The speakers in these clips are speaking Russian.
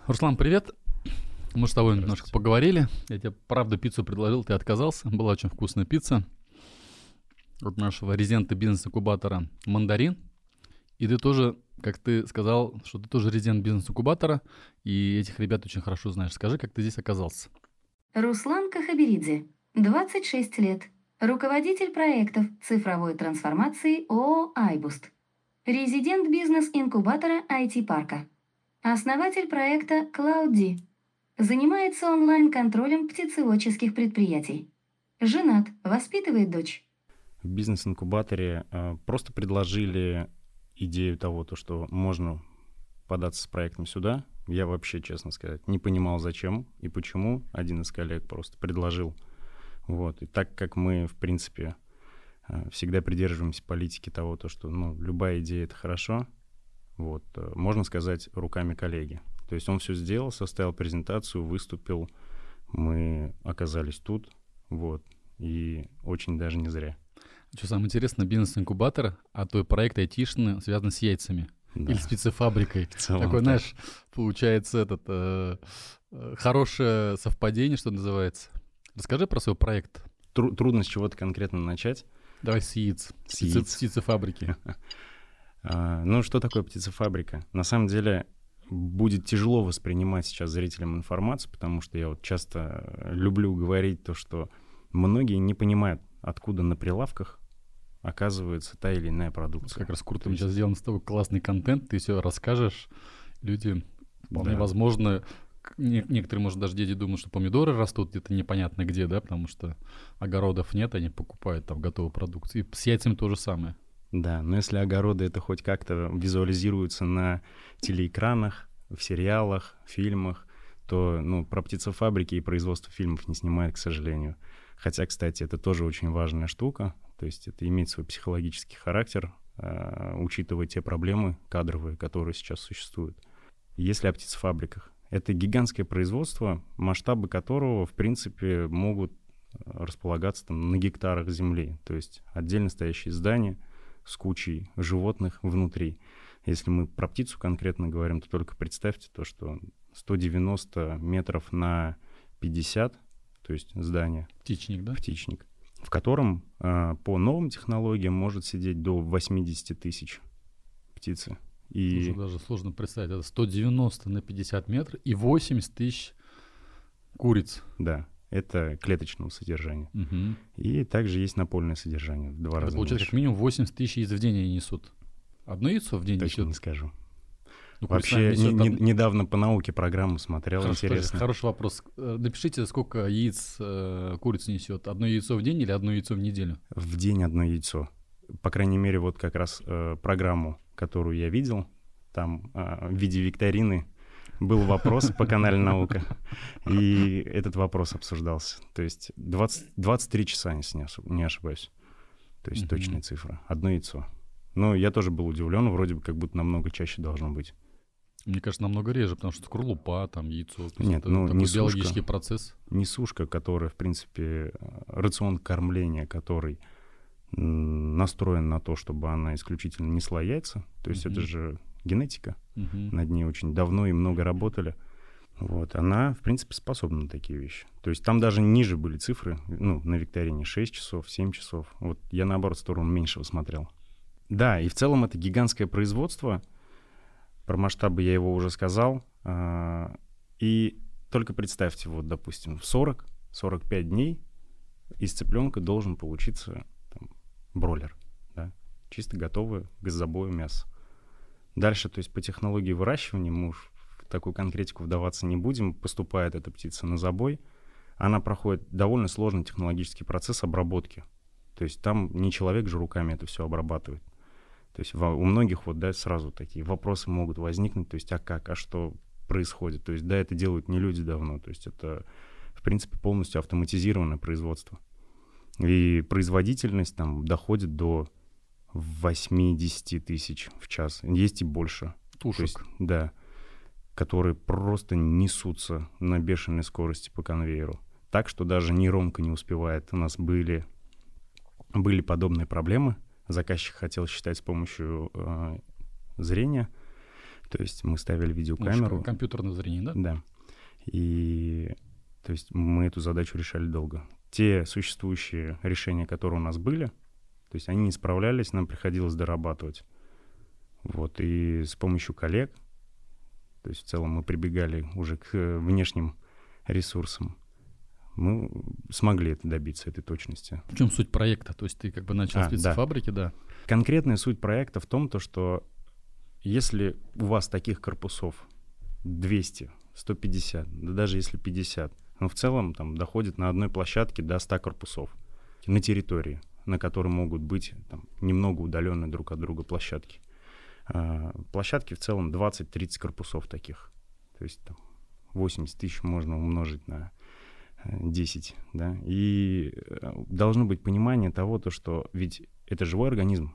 Руслан, привет. Мы с тобой немножко Здравствуйте. поговорили. Я тебе, правда, пиццу предложил, ты отказался. Была очень вкусная пицца от нашего резидента бизнес-инкубатора «Мандарин». И ты тоже, как ты сказал, что ты тоже резидент бизнес-инкубатора, и этих ребят очень хорошо знаешь. Скажи, как ты здесь оказался? Руслан Кахаберидзе, 26 лет, руководитель проектов цифровой трансформации ООО «Айбуст», резидент бизнес-инкубатора IT-парка, основатель проекта CloudD, занимается онлайн-контролем птицеводческих предприятий, женат, воспитывает дочь. В бизнес-инкубаторе просто предложили идею того, что можно податься с проектом сюда. Я вообще, честно сказать, не понимал, зачем и почему. Один из коллег просто предложил. Вот. И так как мы, в принципе, всегда придерживаемся политики того, что любая идея — это хорошо, вот, можно сказать, руками коллеги. То есть он все сделал, составил презентацию, выступил, мы оказались тут, вот, и очень даже не зря. Что самое интересное, бизнес-инкубатор, а то и проект айтишный связан с яйцами. Да. Или с птицефабрикой. целом Такой, так. знаешь, получается хорошее совпадение, что называется. Расскажи про свой проект. Трудно с чего-то конкретно начать. Давай с яиц. С яиц. Птицефабрики. Что такое птицефабрика? На самом деле будет тяжело воспринимать сейчас зрителям информацию, потому что я вот часто люблю говорить то, что многие не понимают, откуда на прилавках оказывается та или иная продукция. Как раз круто, мы сейчас сделаем с тобой классный контент, ты все расскажешь. Люди, вполне Да. возможно, некоторые, может, даже дети думают, что помидоры растут где-то непонятно где, да, потому что огородов нет, они покупают там готовую продукцию. И с яйцами то же самое. Да, но если огороды это хоть как-то визуализируются на телеэкранах, в сериалах, фильмах, то про птицефабрики и производство фильмов не снимают, к сожалению. Хотя, кстати, это тоже очень важная штука, то есть это имеет свой психологический характер, учитывая те проблемы кадровые, которые сейчас существуют. Если о птицефабриках, это гигантское производство, масштабы которого, в принципе, могут располагаться там на гектарах земли, то есть отдельно стоящие здания с кучей животных внутри. Если мы про птицу конкретно говорим, то только представьте то, что 190 метров на 50, то есть здание, Птичник, да? птичник, в котором по новым технологиям может сидеть до 80 тысяч птицы. Уже даже сложно представить. Это 190 на 50 метров и 80 тысяч куриц. Да, это клеточного содержания. Угу. И также есть напольное содержание в 2 раза Получается, больше. как минимум 80 тысяч яиц в день они несут. Одно яйцо в день Точно несет? не скажу. Ну, Вообще, курица несет недавно по науке программу смотрел, интересно. Хороший вопрос. Напишите, сколько яиц курица несет. Одно яйцо в день или одно яйцо в неделю? В день одно яйцо. По крайней мере, вот как раз программу, которую я видел, там в виде викторины был вопрос по канале «Наука», и этот вопрос обсуждался. То есть 23 часа, если не ошибаюсь. То есть точная цифра. Одно яйцо. Но я тоже был удивлен, вроде бы как будто намного чаще должно быть. Мне кажется, намного реже, потому что скорлупа, там, яйцо. Нет, это такой несушка. биологический процесс. Несушка, которая, в принципе, рацион кормления, который настроен на то, чтобы она исключительно несла яйца. То есть это же генетика. Над ней очень давно и много работали. Вот, она, в принципе, способна на такие вещи. То есть там даже ниже были цифры, на викторине 6 часов, 7 часов. Вот я, наоборот, в сторону меньшего смотрел. Да, и в целом это гигантское производство. Про масштабы я его уже сказал. И только представьте, вот, допустим, в 40-45 дней из цыпленка должен получиться бройлер, да? Чисто готовое к забою мясо. Дальше, то есть по технологии выращивания, мы уж в такую конкретику вдаваться не будем, поступает эта птица на забой, она проходит довольно сложный технологический процесс обработки. То есть там не человек же руками это все обрабатывает. То есть у многих вот, да, сразу такие вопросы могут возникнуть, то есть а как, а что происходит. То есть да, это делают не люди давно, то есть это, в принципе, полностью автоматизированное производство. И производительность там доходит до 80 тысяч в час. Есть и больше. Тушек. То есть, да, которые просто несутся на бешеной скорости по конвейеру. Так, что даже нейронка не успевает. У нас были подобные проблемы. Заказчик хотел считать с помощью зрения То есть мы ставили видеокамеру. Компьютерное зрение, да? Да. И то есть мы эту задачу решали долго. Те существующие решения, которые у нас были, то есть они не справлялись, нам приходилось дорабатывать. Вот. И с помощью коллег, то есть в целом мы прибегали уже к внешним ресурсам, мы смогли это добиться, этой точности. В чем суть проекта? То есть ты как бы начал с птицефабрики, да? Конкретная суть проекта в том, что если у вас таких корпусов 200, 150, да даже если 50, но в целом там доходит на одной площадке до 100 корпусов на территории, на которой могут быть там, немного удаленные друг от друга площадки. Площадки в целом 20-30 корпусов таких. То есть там, 80 тысяч можно умножить на 10. Да? И должно быть понимание того, что ведь это живой организм.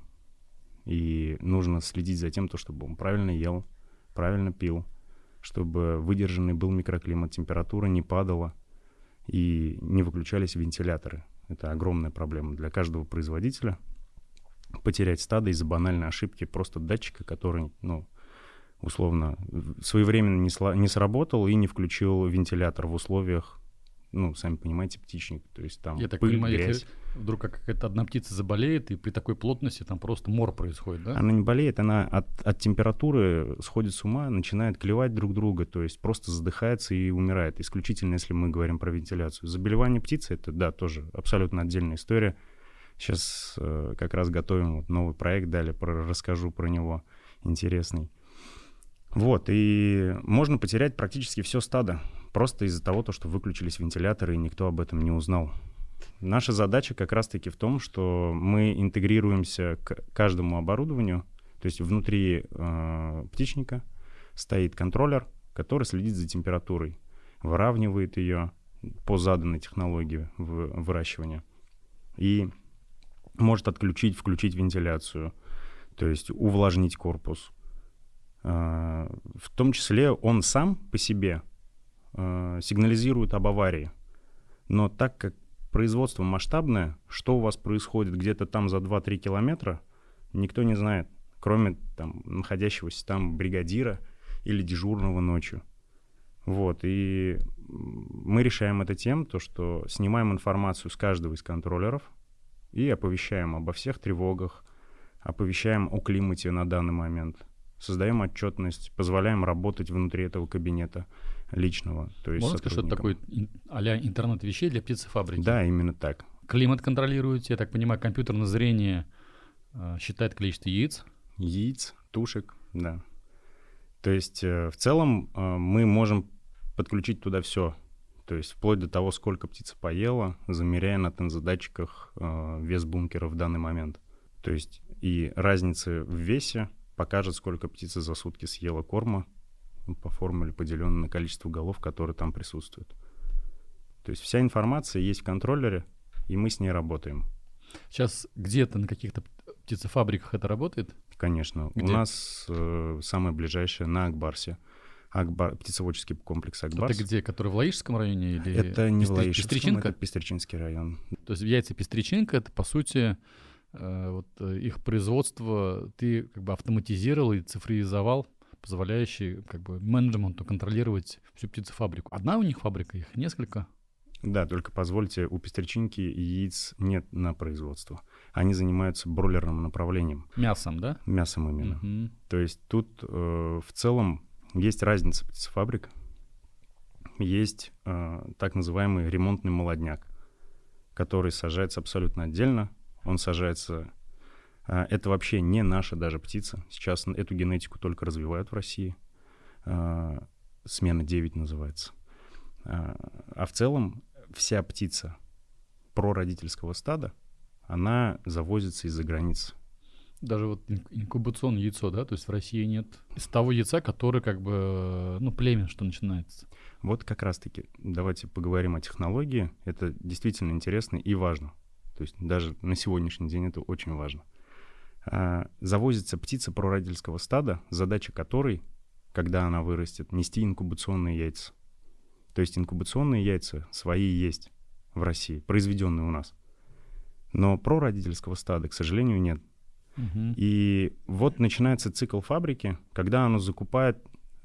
И нужно следить за тем, чтобы он правильно ел, правильно пил, чтобы выдержанный был микроклимат, температура не падала и не выключались вентиляторы. Это огромная проблема для каждого производителя. Потерять стадо из-за банальной ошибки просто датчика, который, условно, своевременно не сработал и не включил вентилятор в условиях, сами понимаете, птичник. То есть там я так пыль, понимаю, грязь. Если вдруг какая-то одна птица заболеет, и при такой плотности там просто мор происходит, да? Она не болеет, она от температуры сходит с ума, начинает клевать друг друга, то есть просто задыхается и умирает. Исключительно, если мы говорим про вентиляцию. Заболевание птицы — это, да, тоже абсолютно отдельная история. Сейчас как раз готовим новый проект, далее расскажу про него, интересный. Вот, и можно потерять практически все стадо, просто из-за того, что выключились вентиляторы, и никто об этом не узнал. Наша задача как раз-таки в том, что мы интегрируемся к каждому оборудованию, то есть внутри птичника стоит контроллер, который следит за температурой, выравнивает ее по заданной технологии выращивания и может отключить, включить вентиляцию, то есть увлажнить корпус. В том числе он сам по себе сигнализирует об аварии. Но так как производство масштабное, что у вас происходит где-то там за 2-3 километра, никто не знает, кроме там находящегося там бригадира или дежурного ночью. Вот, и мы решаем это тем, что снимаем информацию с каждого из контроллеров и оповещаем обо всех тревогах, оповещаем о климате на данный момент, создаем отчетность, позволяем работать внутри этого кабинета личного. То есть можно сказать, что это такой а-ля интернет вещей для птицефабрики? Да, именно так. Климат контролируете, я так понимаю, компьютерное зрение считает количество яиц? Яиц, тушек, да. То есть в целом мы можем подключить туда все. То есть вплоть до того, сколько птица поела, замеряя на тензодатчиках вес бункера в данный момент. То есть и разница в весе покажет, сколько птица за сутки съела корма по формуле, поделенной на количество голов, которые там присутствуют. То есть вся информация есть в контроллере, и мы с ней работаем. Сейчас где-то на каких-то птицефабриках это работает? Конечно. Где? У нас самое ближайшее на Акбарсе. Птицеводческий комплекс Акбарс. Это где? Который в Лаишском районе? Или это не в Лаишском, Пестриченко? Это Пестричинский район. То есть яйца Пестриченко — это, по сути, их производство ты как бы автоматизировал и цифровизовал, позволяющий как бы менеджменту контролировать всю птицефабрику. Одна у них фабрика, их несколько? Да, только позвольте, у Пестричинки яиц нет на производство. Они занимаются бройлерным направлением. Мясом, да? Мясом именно. Угу. То есть тут в целом есть разница птицефабрик. Есть так называемый ремонтный молодняк, который сажается абсолютно отдельно. Он сажается... Это вообще не наша даже птица. Сейчас эту генетику только развивают в России. Смена 9 называется. А в целом вся птица прородительского стада, она завозится из-за границы. Даже вот инкубационное яйцо, да? То есть в России нет из того яйца, который как бы, племя, что начинается. Вот как раз-таки давайте поговорим о технологии. Это действительно интересно и важно. То есть даже на сегодняшний день это очень важно. Завозится птица прородительского стада, задача которой, когда она вырастет, нести инкубационные яйца. То есть инкубационные яйца свои есть в России, произведенные у нас. Но прородительского стада, к сожалению, нет. И вот начинается цикл фабрики, когда оно закупает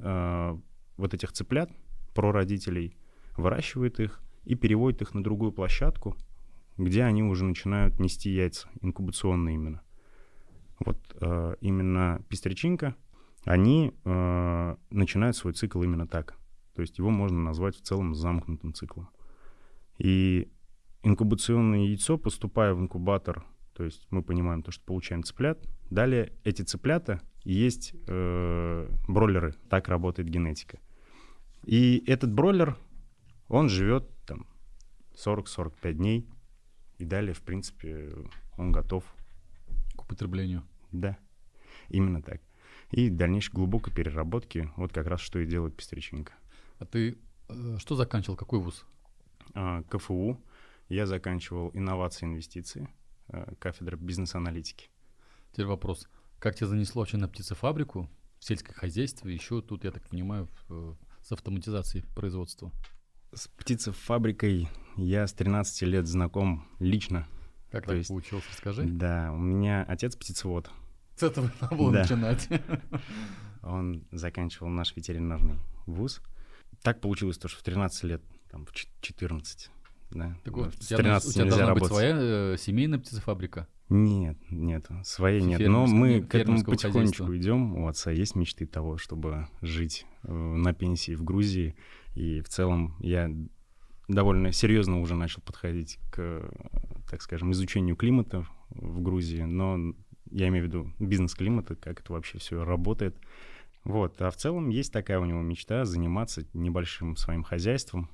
вот этих цыплят, прародителей, выращивает их и переводит их на другую площадку, где они уже начинают нести яйца, инкубационные именно. Вот именно пестричинка, они начинают свой цикл именно так. То есть его можно назвать в целом замкнутым циклом. И инкубационное яйцо, поступая в инкубатор, то есть мы понимаем то, что получаем цыплят. Далее эти цыплята есть бройлеры, так работает генетика. И этот бройлер, он живет там 40-45 дней, и далее, в принципе, он готов к употреблению. Да, именно так. И дальнейшей глубокой переработки, вот как раз что и делает пестричинка. А ты что заканчивал, какой вуз? КФУ. Я заканчивал инновации и инвестиции, кафедра бизнес-аналитики. Теперь вопрос. Как тебя занесло вообще на птицефабрику, в сельское хозяйство, еще тут, я так понимаю, с автоматизацией производства? С птицефабрикой я с 13 лет знаком лично. Как так получилось, расскажи. Да, у меня отец птицевод. С этого надо было начинать. Он заканчивал наш ветеринарный вуз. Так получилось, что в 13 лет, там, в 14, да. Так вот, с 13 у тебя нельзя должна работать. быть своя семейная птицефабрика? Нет, своей нет. Но мы к этому потихонечку идем. У отца есть мечты того, чтобы жить на пенсии в Грузии. И в целом я довольно серьезно уже начал подходить к, так скажем, изучению климата в Грузии. Но я имею в виду бизнес-климата, как это вообще все работает. Вот. А в целом есть такая у него мечта заниматься небольшим своим хозяйством.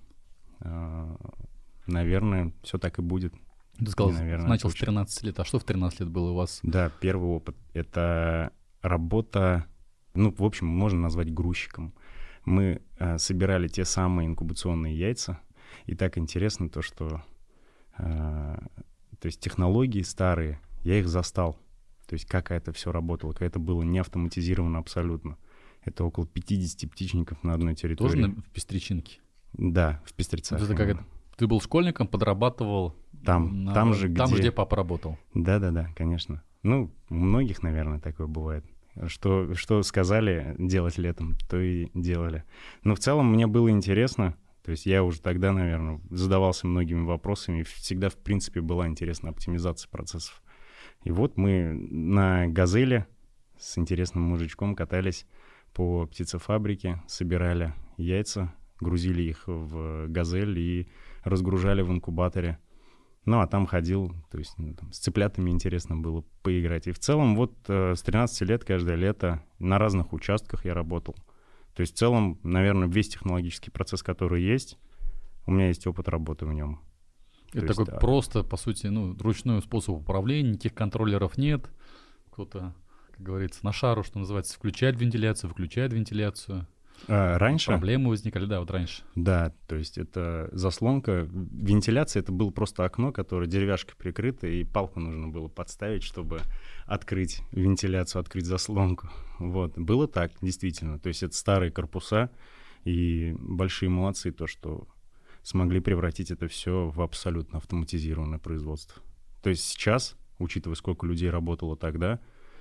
Наверное, все так и будет. Ты сказал, начал с 13 лет. А что в 13 лет было у вас? Да, первый опыт. Это работа, в общем, можно назвать грузчиком. Мы собирали те самые инкубационные яйца. И так интересно то, что то есть технологии старые, я их застал. То есть как это все работало, как это было не автоматизировано абсолютно. Это около 50 птичников на одной территории. Тоже в пестричинке? Да, в пестрецах. Это как это? Ты был школьником, подрабатывал там же, где папа работал? Да, конечно. У многих, наверное, такое бывает. Что сказали делать летом, то и делали. Но в целом мне было интересно. То есть я уже тогда, наверное, задавался многими вопросами. И всегда, в принципе, была интересна оптимизация процессов. И вот мы на «Газели» с интересным мужичком катались по птицефабрике, собирали яйца, грузили их в «Газель» и разгружали в инкубаторе. А там ходил, то есть с цыплятами интересно было поиграть. И в целом вот с 13 лет каждое лето на разных участках я работал. То есть в целом, наверное, весь технологический процесс, который есть, у меня есть опыт работы в нем. Это такой просто, по сути, ручной способ управления, никаких контроллеров нет. Кто-то, как говорится, на шару, что называется, включает вентиляцию, выключает вентиляцию. Раньше? Проблемы возникали, да, вот раньше. Да, то есть это заслонка. Вентиляция — это было просто окно, которое деревяшкой прикрыто, и палку нужно было подставить, чтобы открыть вентиляцию, открыть заслонку. Вот. Было так, действительно. То есть это старые корпуса, и большие молодцы то, что смогли превратить это все в абсолютно автоматизированное производство. То есть сейчас, учитывая, сколько людей работало тогда,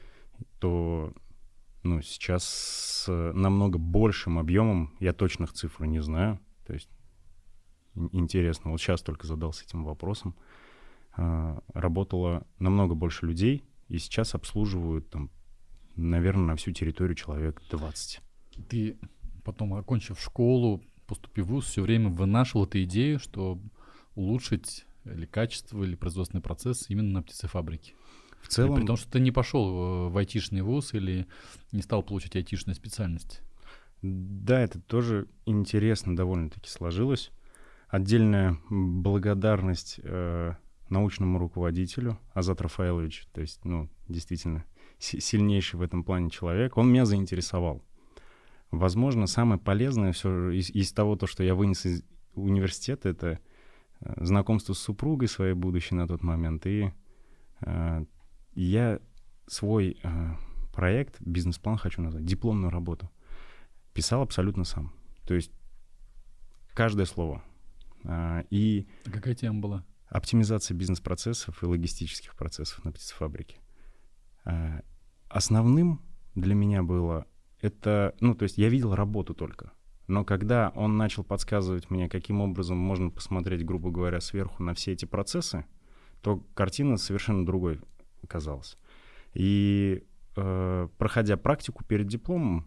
то сейчас с намного большим объемом, я точных цифр не знаю, то есть интересно, вот сейчас только задался этим вопросом, работало намного больше людей, и сейчас обслуживают там, наверное, на всю территорию человек 20. Ты потом, окончив школу, поступив в вуз, все время вынашивал эту идею, что улучшить или качество, или производственный процесс именно на птицефабрике. В целом... При том, что ты не пошел в айтишный вуз или не стал получать айтишную специальность. Да, это тоже интересно довольно-таки сложилось. Отдельная благодарность научному руководителю Азат Рафаэлович, то есть, действительно, сильнейший в этом плане человек. Он меня заинтересовал. Возможно, самое полезное все из того, что я вынес из университета, это знакомство с супругой своей будущей на тот момент. И я свой проект, бизнес-план хочу назвать, дипломную работу, писал абсолютно сам. То есть каждое слово. И какая тема была? Оптимизация бизнес-процессов и логистических процессов на птицефабрике. Основным для меня было это, ну, то есть я видел работу только. Но когда он начал подсказывать мне, каким образом можно посмотреть, грубо говоря, сверху на все эти процессы, то картина совершенно другой оказалась. И проходя практику перед дипломом,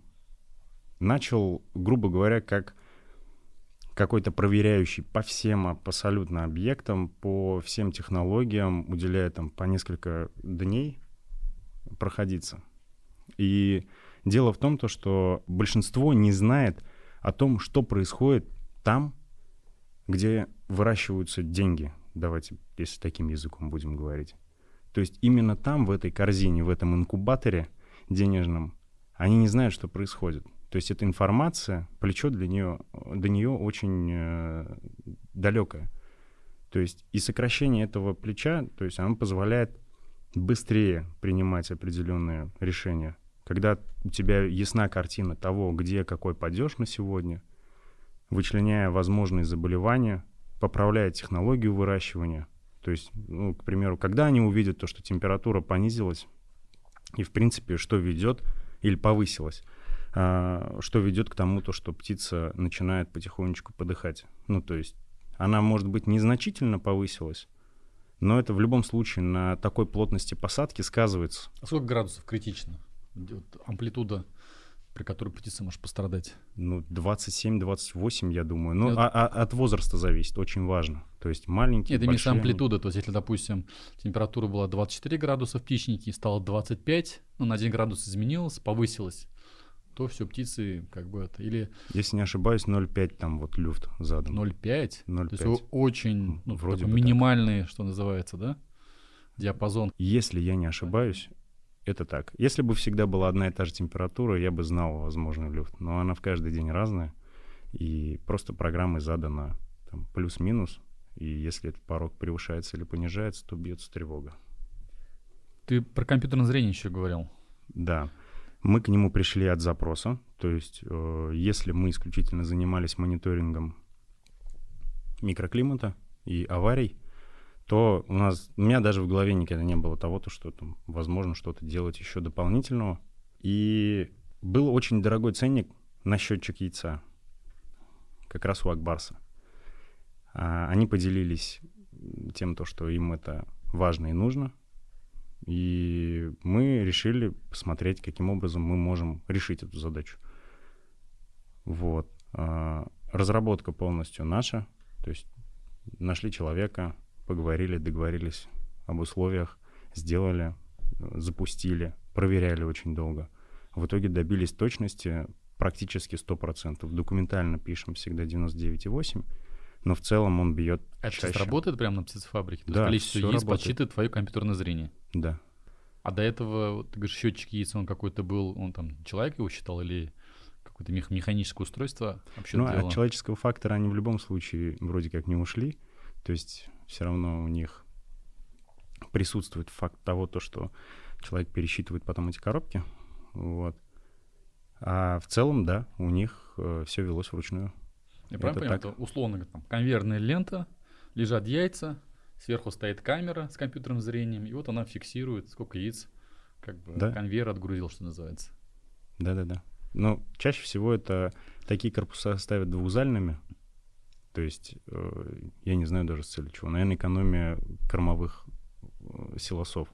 начал, грубо говоря, как какой-то проверяющий по всем абсолютно объектам, по всем технологиям, уделяя там по несколько дней проходиться. И дело в том, что большинство не знает о том, что происходит там, где выращиваются деньги. Давайте, если таким языком будем говорить. То есть именно там, в этой корзине, в этом инкубаторе денежном, они не знают, что происходит. То есть эта информация, плечо до нее очень далекое. То есть и сокращение этого плеча, то есть оно позволяет быстрее принимать определенные решения. Когда у тебя ясна картина того, где какой падеж на сегодня, вычленяя возможные заболевания, поправляя технологию выращивания. То есть, ну, к примеру, когда они увидят то, что температура понизилась, и, в принципе, что ведет, или повысилась, что ведет к тому, что птица начинает потихонечку подыхать. Ну, то есть она, может быть, незначительно повысилась, но это в любом случае на такой плотности посадки сказывается. А сколько градусов критично? Амплитуда, при которой птица может пострадать? Ну, 27-28, я думаю. Ну, от возраста зависит, очень важно. То есть маленькие, это большие... имеется амплитуда. То есть если, допустим, температура была 24 градуса в птичнике, стало 25, ну, на 1 градус изменилась, повысилась, то все, птицы как бы это... Или... Если не ошибаюсь, 0,5 там вот люфт задан. 0,5? 0,5. То есть очень вроде бы минимальный, так. Что называется, да? Диапазон. Если я не ошибаюсь, это так. Если бы всегда была одна и та же температура, я бы знал возможный люфт. Но она в каждый день разная. И просто программой задана там, плюс-минус. И если этот порог превышается или понижается, то бьется тревога. Ты про компьютерное зрение еще говорил. Да. Мы к нему пришли от запроса. То есть если мы исключительно занимались мониторингом микроклимата и аварий, то у меня даже в голове никогда не было того, что там возможно что-то делать еще дополнительного. И был очень дорогой ценник на счетчик яйца, как раз у Акбарса. Они поделились тем, что им это важно и нужно. И мы решили посмотреть, каким образом мы можем решить эту задачу. Вот. Разработка полностью наша. То есть нашли человека, поговорили, договорились об условиях, сделали, запустили, проверяли очень долго. В итоге добились точности практически 100%. Документально пишем всегда 99,8%, но в целом он бьет чаще. Это работает прямо на птицефабрике? То да, есть количество яиц работает. подсчитывает твое компьютерное зрение? Да. А до этого, ты говоришь, счетчик яиц, он какой-то был, он там человек его считал или какое-то механическое устройство делало? От человеческого фактора они в любом случае вроде как не ушли. То есть все равно у них присутствует факт того, что человек пересчитывает потом эти коробки. Вот. А в целом, да, у них все велось вручную. Я правильно понимаю, это условно там конвейерная лента, лежат яйца, сверху стоит камера с компьютерным зрением, и вот она фиксирует, сколько яиц конвейер отгрузил, что называется. Да. Но чаще всего это такие корпуса ставят двухзальными. То есть, я не знаю даже с целью чего. Наверное, экономия кормовых силосов.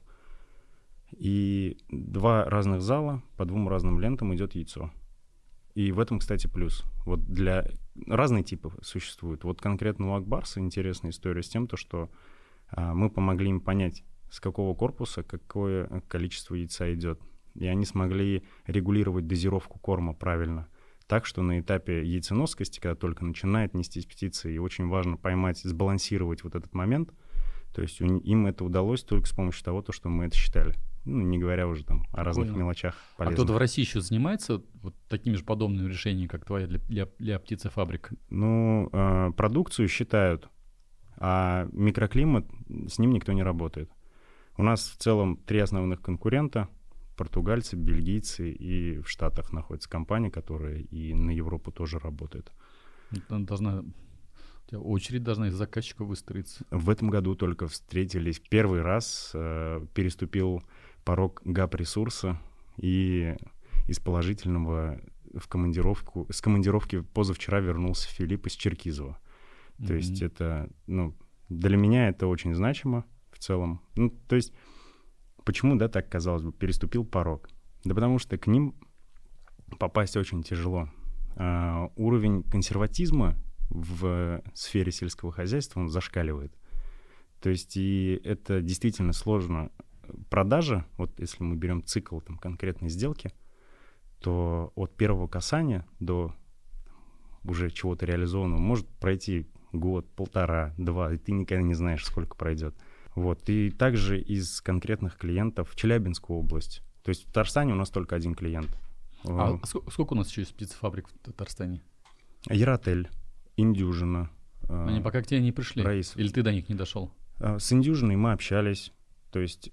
И 2 разных зала, по 2 разным лентам идет яйцо. И в этом, кстати, плюс. Вот для разных типов существуют. Вот конкретно у Акбарса интересная история с тем, что мы помогли им понять, с какого корпуса какое количество яйца идет. И они смогли регулировать дозировку корма правильно. Так что на этапе яйценоскости, когда только начинает нестись птица, и очень важно поймать, сбалансировать вот этот момент, то есть им это удалось только с помощью того, что мы это считали. Ну, не говоря уже там о разных мелочах полезных. А кто-то в России еще занимается вот такими же подобными решениями, как твоя для птицефабрик? Ну, продукцию считают, а микроклимат, с ним никто не работает. У нас в целом 3 основных конкурента: португальцы, бельгийцы, и в Штатах находится компания, которая и на Европу тоже работает. У тебя очередь должна из заказчиков выстроиться. В этом году только встретились. Первый раз переступил порог ГАП-ресурса и из положительного с командировки позавчера вернулся Филипп из Черкизова. То есть это, для меня это очень значимо в целом. То есть почему, так, казалось бы, переступил порог? Да потому что к ним попасть очень тяжело. Уровень консерватизма в сфере сельского хозяйства, он зашкаливает. То есть и это действительно сложно. Продажа, вот если мы берем цикл там, конкретной сделки, то от первого касания до уже чего-то реализованного может пройти год, полтора, два, и ты никогда не знаешь, сколько пройдет. Вот. И также из конкретных клиентов Челябинскую область. То есть в Татарстане у нас только один клиент. А сколько у нас еще есть птицефабрик в Татарстане? Яротель, Индюжина. Они пока к тебе не пришли? Раис. Или ты до них не дошел? С Индюжиной мы общались. То есть,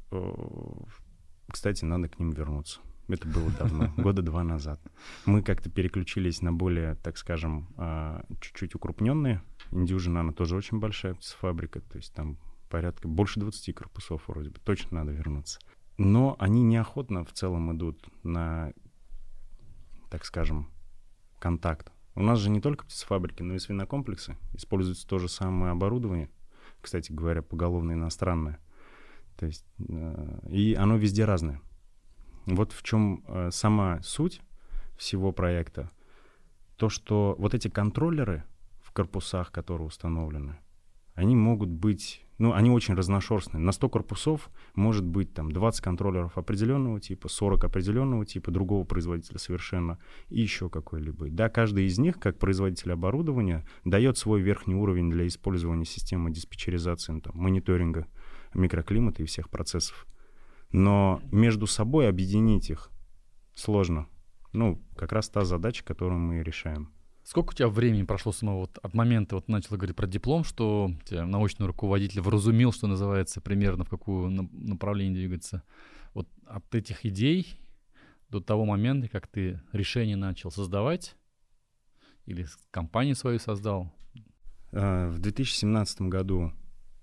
кстати, надо к ним вернуться. Это было давно, года 2 назад. Мы как-то переключились на более, так скажем, чуть-чуть укрупненные. Индюжина, она тоже очень большая птицефабрика. То есть там порядка больше 20 корпусов вроде бы. Точно надо вернуться. Но они неохотно в целом идут на, так скажем, контакт. У нас же не только птицефабрики, но и свинокомплексы. Используется то же самое оборудование. Кстати говоря, поголовно иностранное. То есть, и оно везде разное. Вот в чем сама суть всего проекта. То, что вот эти контроллеры в корпусах, которые установлены, они могут быть, они очень разношерстные. На 100 корпусов может быть там 20 контроллеров определенного типа, 40 определенного типа, другого производителя совершенно, и еще какой-либо. Да, каждый из них, как производитель оборудования, дает свой верхний уровень для использования системы диспетчеризации, мониторинга микроклимата и всех процессов. Но между собой объединить их сложно. Как раз та задача, которую мы решаем. Сколько у тебя времени прошло самого от момента, начал говорить про диплом, что тебя научный руководитель вразумил, что называется, примерно в какое направление двигаться? Вот от этих идей до того момента, как ты решение начал создавать или компанию свою создал? В 2017 году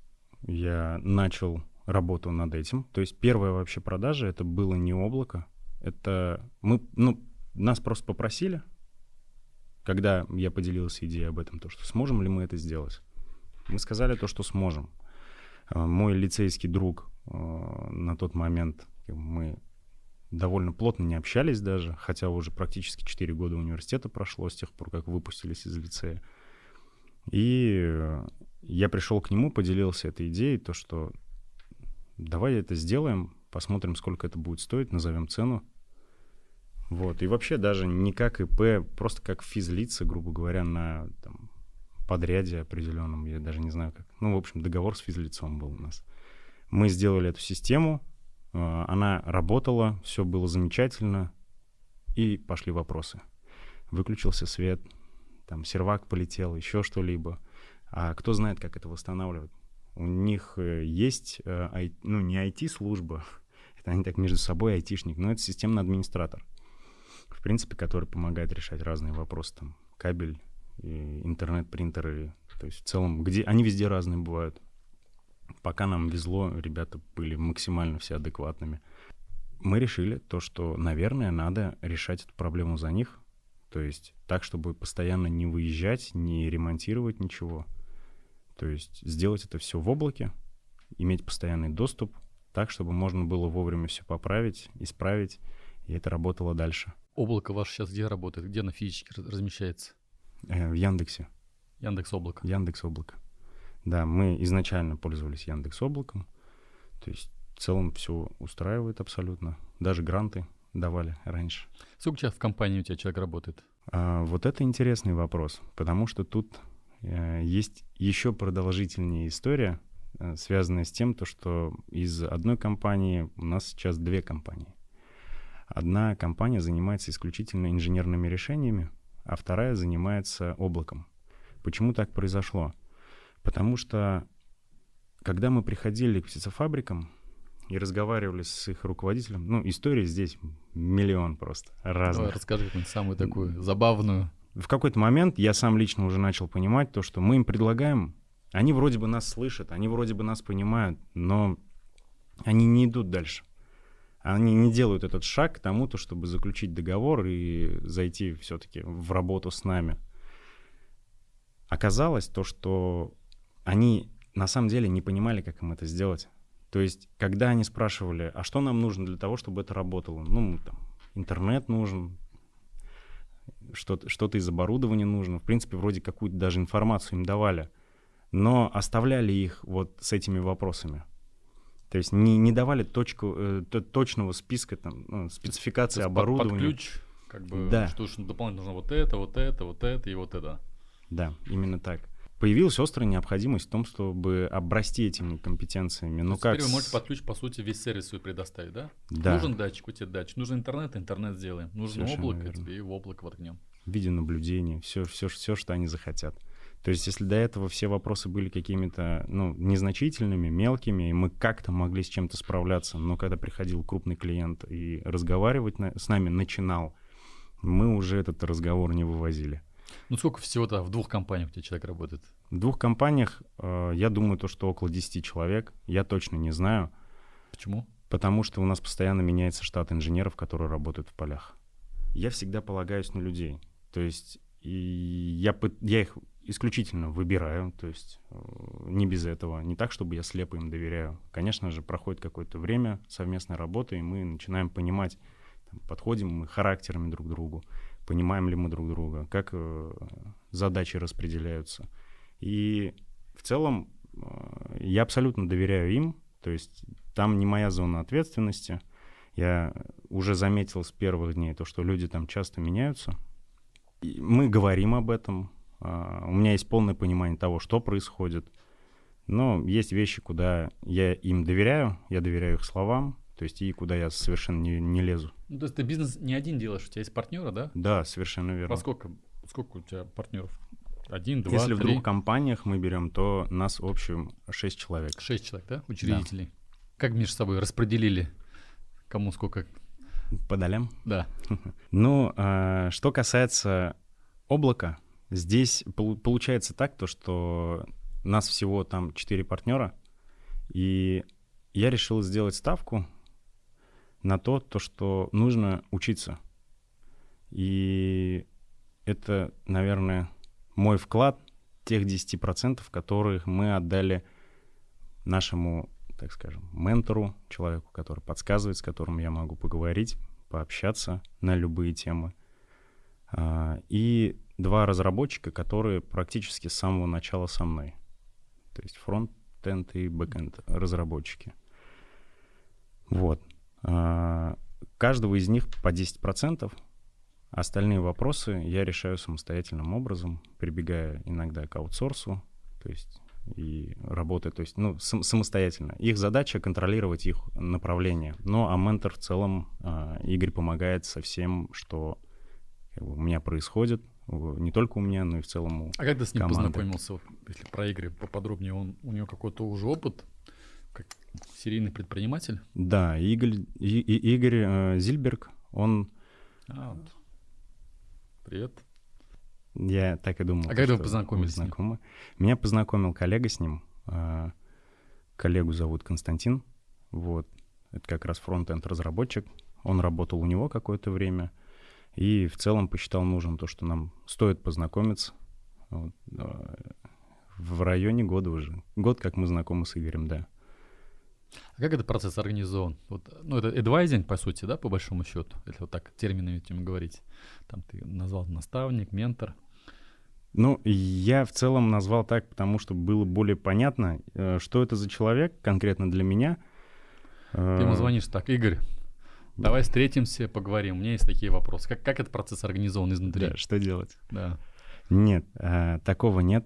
я начал работу над этим. То есть первая вообще продажа, это было не облако. Это нас просто попросили, когда я поделился идеей об этом, то, что сможем ли мы это сделать. Мы сказали то, что сможем. Мой лицейский друг на тот момент, мы довольно плотно не общались даже, хотя уже практически 4 года университета прошло с тех пор, как выпустились из лицея. И я пришел к нему, поделился этой идеей, то, что давай это сделаем, посмотрим, сколько это будет стоить, назовем цену. Вот. И вообще даже не как ИП, просто как физлица, грубо говоря, на подряде определенном, я даже не знаю как. В общем, договор с физлицом был у нас. Мы сделали эту систему, она работала, все было замечательно, и пошли вопросы. Выключился свет, сервак полетел, еще что-либо. А кто знает, как это восстанавливать? У них есть, не IT-служба, это они так между собой айтишник, но это системный администратор, в принципе, который помогает решать разные вопросы, кабель, интернет-принтеры, то есть в целом, где они везде разные бывают. Пока нам везло, ребята были максимально все адекватными. Мы решили то, что, наверное, надо решать эту проблему за них, то есть так, чтобы постоянно не выезжать, не ремонтировать ничего. То есть сделать это все в облаке, иметь постоянный доступ, так, чтобы можно было вовремя все поправить, исправить, и это работало дальше. Облако ваше сейчас где работает? Где оно физически размещается? В Яндексе. Яндекс.Облако. Яндекс.Облако. Да, мы изначально пользовались Яндекс.Облаком. То есть в целом все устраивает абсолютно. Даже гранты давали раньше. Сколько сейчас в компании у тебя человек работает? Вот это интересный вопрос, потому что тут есть еще продолжительнее история, связанная с тем, что из одной компании у нас сейчас 2 компании. Одна компания занимается исключительно инженерными решениями, а вторая занимается облаком. Почему так произошло? Потому что, когда мы приходили к птицефабрикам и разговаривали с их руководителем, историй здесь миллион просто разных. Давай, расскажи какую-нибудь самую такую забавную. В какой-то момент я сам лично уже начал понимать то, что мы им предлагаем. Они вроде бы нас слышат, они вроде бы нас понимают, но они не идут дальше. они не делают этот шаг к тому, чтобы заключить договор и зайти все-таки в работу с нами. Оказалось то, что они на самом деле не понимали, как им это сделать. То есть, когда они спрашивали, а что нам нужно для того, чтобы это работало? Ну, там, интернет нужен, что-то из оборудования нужно. В принципе, вроде какую-то даже информацию им давали, но оставляли их вот с этими вопросами. То есть не давали точного списка, там, спецификации оборудования. Под ключ, как бы, да. Что дополнительно нужно вот это и вот это. Да, именно так. Появилась острая необходимость в том, чтобы обрасти этими компетенциями. Ну, теперь вы можете под ключ, по сути, весь сервис свой предоставить, да? Да. Нужен датчик, у тебя датчик. Нужен интернет сделаем. Нужно облако, тебе и в облако воткнем. Видеонаблюдение, все, что они захотят. То есть, если до этого все вопросы были какими-то, незначительными, мелкими, и мы как-то могли с чем-то справляться, но когда приходил крупный клиент и разговаривать с нами начинал, мы уже этот разговор не вывозили. Ну, сколько всего-то в 2 компаниях у тебя человек работает? В 2 компаниях, я думаю, что около 10 человек. Я точно не знаю. Почему? Потому что у нас постоянно меняется штат инженеров, которые работают в полях. Я всегда полагаюсь на людей. То есть я их исключительно выбираю, то есть не без этого. Не так, чтобы я слепо им доверяю. Конечно же, проходит какое-то время совместной работы, и мы начинаем понимать, подходим мы характерами друг к другу, понимаем ли мы друг друга, как задачи распределяются. И в целом я абсолютно доверяю им, то есть там не моя зона ответственности. Я уже заметил с первых дней то, что люди там часто меняются. И мы говорим об этом. У меня есть полное понимание того, что происходит. Но есть вещи, куда я им доверяю, я доверяю их словам, то есть и куда я совершенно не лезу. Ну, то есть ты бизнес не один делаешь, у тебя есть партнеры, да? Да, совершенно верно. А сколько у тебя партнеров? 1, 2, Если 3? в 2 компаниях мы берем, то нас в общем 6 человек. 6 человек, да? Учредителей. Да. Как между собой распределили? Кому сколько? По долям? Да. Ну, что касается облака, здесь получается так, что нас всего там 4 партнера, и я решил сделать ставку на то, что нужно учиться. И это, наверное, мой вклад тех 10%, которых мы отдали нашему, так скажем, ментору, человеку, который подсказывает, с которым я могу поговорить, пообщаться на любые темы. И 2 разработчика, которые практически с самого начала со мной. То есть фронт-энд и бэк-энд разработчики. Вот. Каждого из них по 10%. Остальные вопросы я решаю самостоятельным образом, прибегая иногда к аутсорсу, то есть и работая, то есть, самостоятельно. Их задача — контролировать их направление. Ну, а ментор в целом, Игорь, помогает со всем, что у меня происходит, не только у меня, но и в целом у команды. А как ты с ним познакомился, если про Игоря поподробнее? У него какой-то уже опыт, как серийный предприниматель? Да, Игорь Зильберг, он... Вот. Привет. Я так и думал. А когда вы познакомились с ним? Меня познакомил коллега с ним. Коллегу зовут Константин. Вот. Это как раз фронт-энд разработчик. Он работал у него какое-то время. И в целом посчитал нужным то, что нам стоит познакомиться. Вот. В районе года уже. Год, как мы знакомы с Игорем, да. А как этот процесс организован? Это адвайзинг, по сути, да, по большому счету, если вот так терминами этим говорить. Там ты назвал наставник, ментор. Ну, я в целом назвал так, потому что было более понятно, что это за человек конкретно для меня. Ты ему звонишь так: Игорь, давай встретимся, поговорим. У меня есть такие вопросы. Как этот процесс организован изнутри? Да, что делать? Да. Нет, такого нет.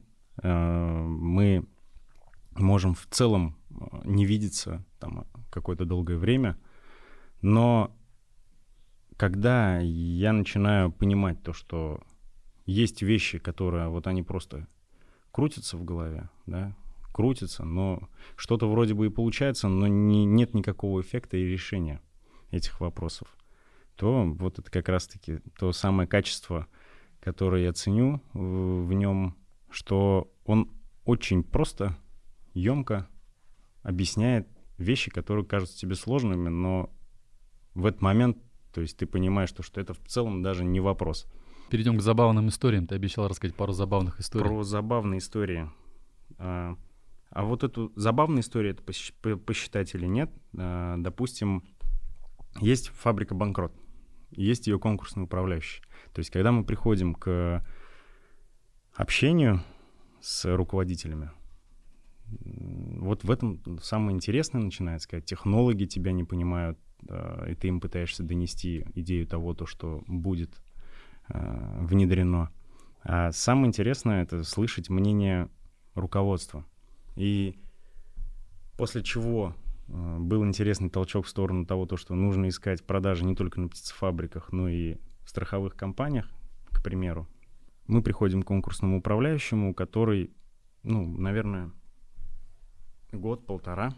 Мы можем в целом не видеться там какое-то долгое время, но когда я начинаю понимать то, что есть вещи, которые вот они просто крутятся в голове, да, крутятся, но что-то вроде бы и получается, но нет никакого эффекта и решения этих вопросов, то вот это как раз-таки то самое качество, которое я ценю в нем, что он очень просто, емко объясняет вещи, которые кажутся тебе сложными, но в этот момент, то есть ты понимаешь, что это в целом даже не вопрос. Перейдем к забавным историям. Ты обещал рассказать пару забавных историй. Про забавные истории. А вот эту забавную историю, это посчитать или нет, допустим, есть фабрика «Банкрот», есть ее конкурсный управляющий. То есть когда мы приходим к общению с руководителями, вот в этом самое интересное начинается, когда технологи тебя не понимают, и ты им пытаешься донести идею того, что будет внедрено. А самое интересное — это слышать мнение руководства. И после чего был интересный толчок в сторону того, что нужно искать продажи не только на птицефабриках, но и в страховых компаниях, к примеру. Мы приходим к конкурсному управляющему, который, наверное, год-полтора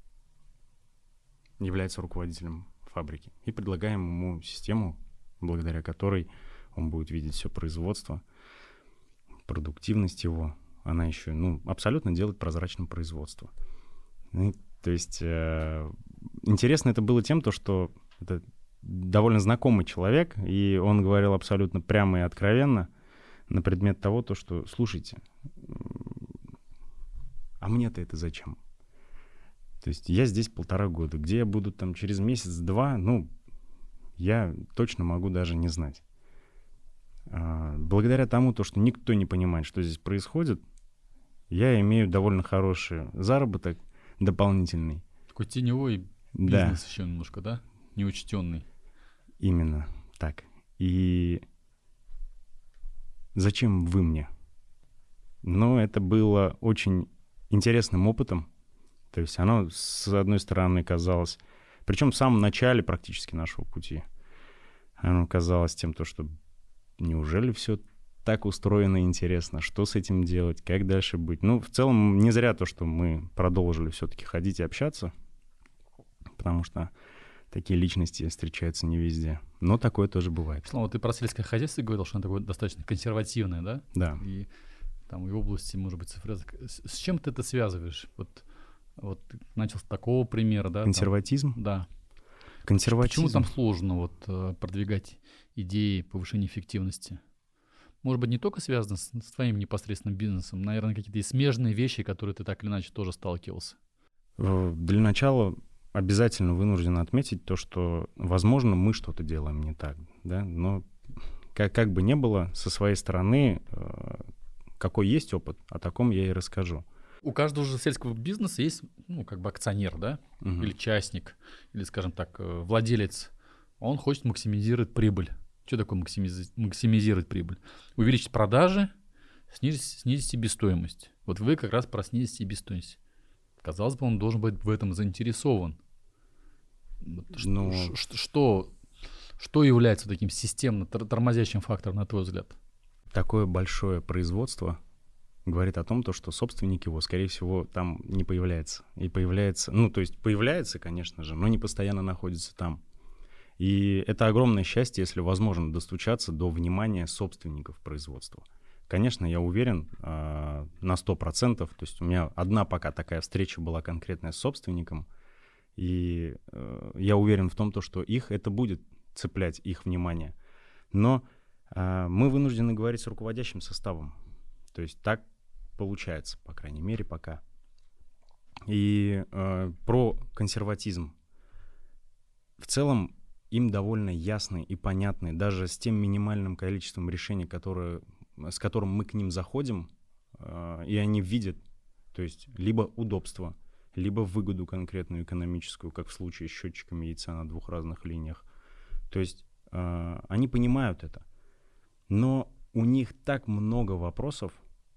является руководителем фабрики. И предлагаем ему систему, благодаря которой он будет видеть все производство, продуктивность его. Она еще, абсолютно делает прозрачным производство. То есть интересно это было тем, что это довольно знакомый человек, и он говорил абсолютно прямо и откровенно на предмет того, что, слушайте, а мне-то это зачем? То есть я здесь 1,5 года, где я буду там через месяц-два, я точно могу даже не знать. Благодаря тому, что никто не понимает, что здесь происходит, я имею довольно хороший заработок дополнительный. Такой теневой бизнес еще немножко, да? Неучтенный. Именно так. И зачем вы мне? Это было очень интересным опытом. То есть оно, с одной стороны, казалось... Причем в самом начале практически нашего пути оно казалось тем, что неужели все так устроено и интересно? Что с этим делать? Как дальше быть? В целом, не зря что мы продолжили все-таки ходить и общаться, потому что такие личности встречаются не везде. Но такое тоже бывает. Слава, ты про сельское хозяйство говорил, что оно такое достаточно консервативное, да? Да. И там и области, может быть, с чем ты это связываешь? Вот ты начал с такого примера, да? Консерватизм? Да. Консерватизм. Почему там сложно продвигать идеи повышения эффективности? Может быть, не только связано с твоим непосредственным бизнесом, наверное, какие-то и смежные вещи, которые ты так или иначе тоже сталкивался. Для начала обязательно вынужден отметить что, возможно, мы что-то делаем не так, да, но как бы ни было, со своей стороны, какой есть опыт, о таком я и расскажу. У каждого же сельского бизнеса есть, акционер, да, или частник, или, скажем так, владелец. Он хочет максимизировать прибыль. Что такое максимизировать прибыль? Увеличить продажи, снизить себестоимость. Вот вы как раз про снизить себестоимость. Казалось бы, он должен быть в этом заинтересован. Что является таким системно тормозящим фактором, на твой взгляд? Такое большое производство говорит о том, что собственник его, скорее всего, там не появляется. И появляется, появляется, конечно же, но не постоянно находится там. И это огромное счастье, если возможно достучаться до внимания собственников производства. Конечно, я уверен на 100%, то есть у меня одна пока такая встреча была конкретная с собственником, и я уверен в том, что это будет цеплять их внимание. Но мы вынуждены говорить с руководящим составом. То есть так получается, по крайней мере, пока. И про консерватизм. В целом им довольно ясны и понятны, даже с тем минимальным количеством решений, с которым мы к ним заходим, и они видят, то есть либо удобство, либо выгоду конкретную экономическую, как в случае с счетчиками яйца на 2 разных линиях. То есть они понимают это. Но у них так много вопросов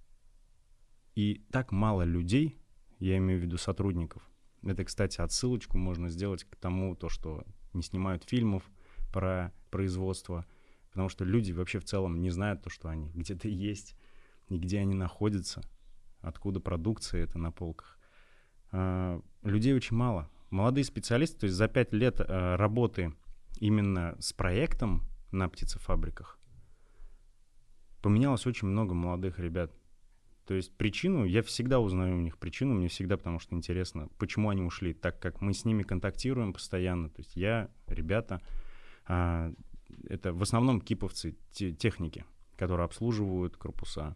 и так мало людей, я имею в виду сотрудников. Это, кстати, отсылочку можно сделать к тому, что не снимают фильмов про производство, потому что люди вообще в целом не знают что они где-то есть, и где они находятся, откуда продукция это на полках. Людей очень мало. Молодые специалисты, то есть за 5 лет работы именно с проектом на птицефабриках поменялось очень много молодых ребят. То есть причину, я всегда узнаю у них причину, мне всегда, потому что интересно, почему они ушли, так как мы с ними контактируем постоянно. То есть я, ребята, это в основном киповцы, техники, которые обслуживают корпуса.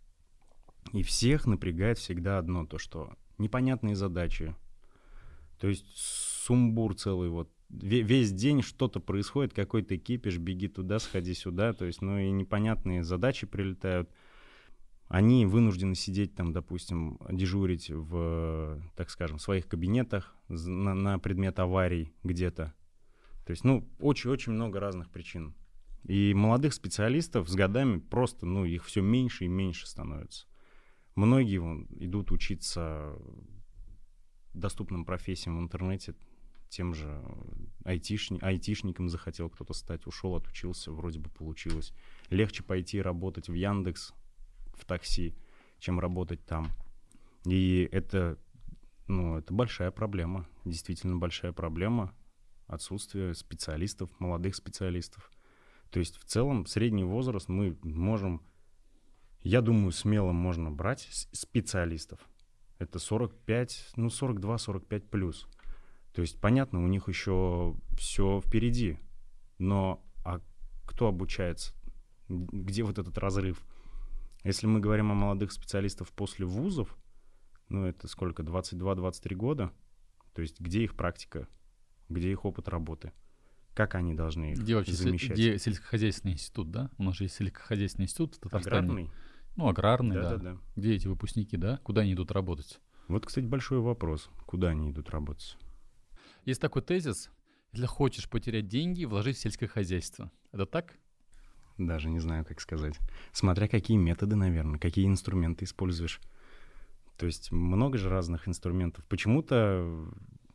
И всех напрягает всегда одно, то что непонятные задачи. То есть сумбур целый, вот весь день что-то происходит, какой-то кипиш, беги туда, сходи сюда, то есть, и непонятные задачи прилетают. Они вынуждены сидеть там, допустим, дежурить в, так скажем, своих кабинетах на предмет аварий где-то. То есть, очень-очень много разных причин. И молодых специалистов с годами просто, их все меньше и меньше становится. Многие идут учиться доступным профессиям в интернете, тем же айтишником захотел кто-то стать, ушел, отучился, вроде бы получилось. Легче пойти работать в Яндекс, в такси, чем работать там. И это большая проблема, действительно большая проблема, отсутствие специалистов, молодых специалистов. То есть в целом средний возраст мы можем, я думаю, смело можно брать специалистов. Это 45, 42-45 плюс. То есть, понятно, у них еще все впереди. Но кто обучается? Где вот этот разрыв? Если мы говорим о молодых специалистах после вузов, это сколько, 22-23 года? То есть где их практика? Где их опыт работы? Как они должны их замещать? Где сельскохозяйственный институт, да? У нас же есть сельскохозяйственный институт в Татарстане. Аграрный? Аграрный, да. Где эти выпускники, да? Куда они идут работать? Вот, кстати, большой вопрос. Куда они идут работать? Есть такой тезис: если хочешь потерять деньги, вложи в сельское хозяйство. Это так? Даже не знаю, как сказать. Смотря какие методы, наверное, какие инструменты используешь. То есть много же разных инструментов. Почему-то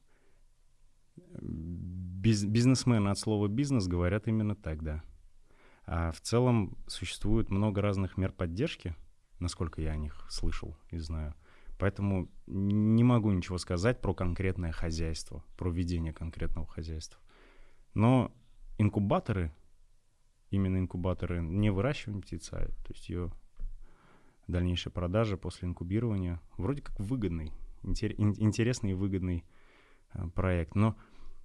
бизнесмены от слова «бизнес» говорят именно так, да. А в целом существует много разных мер поддержки, насколько я о них слышал и знаю. Поэтому не могу ничего сказать про конкретное хозяйство, про ведение конкретного хозяйства. Но инкубаторы, именно инкубаторы, не выращивание птицы, то есть ее дальнейшая продажа после инкубирования, вроде как выгодный, интересный и выгодный проект. Но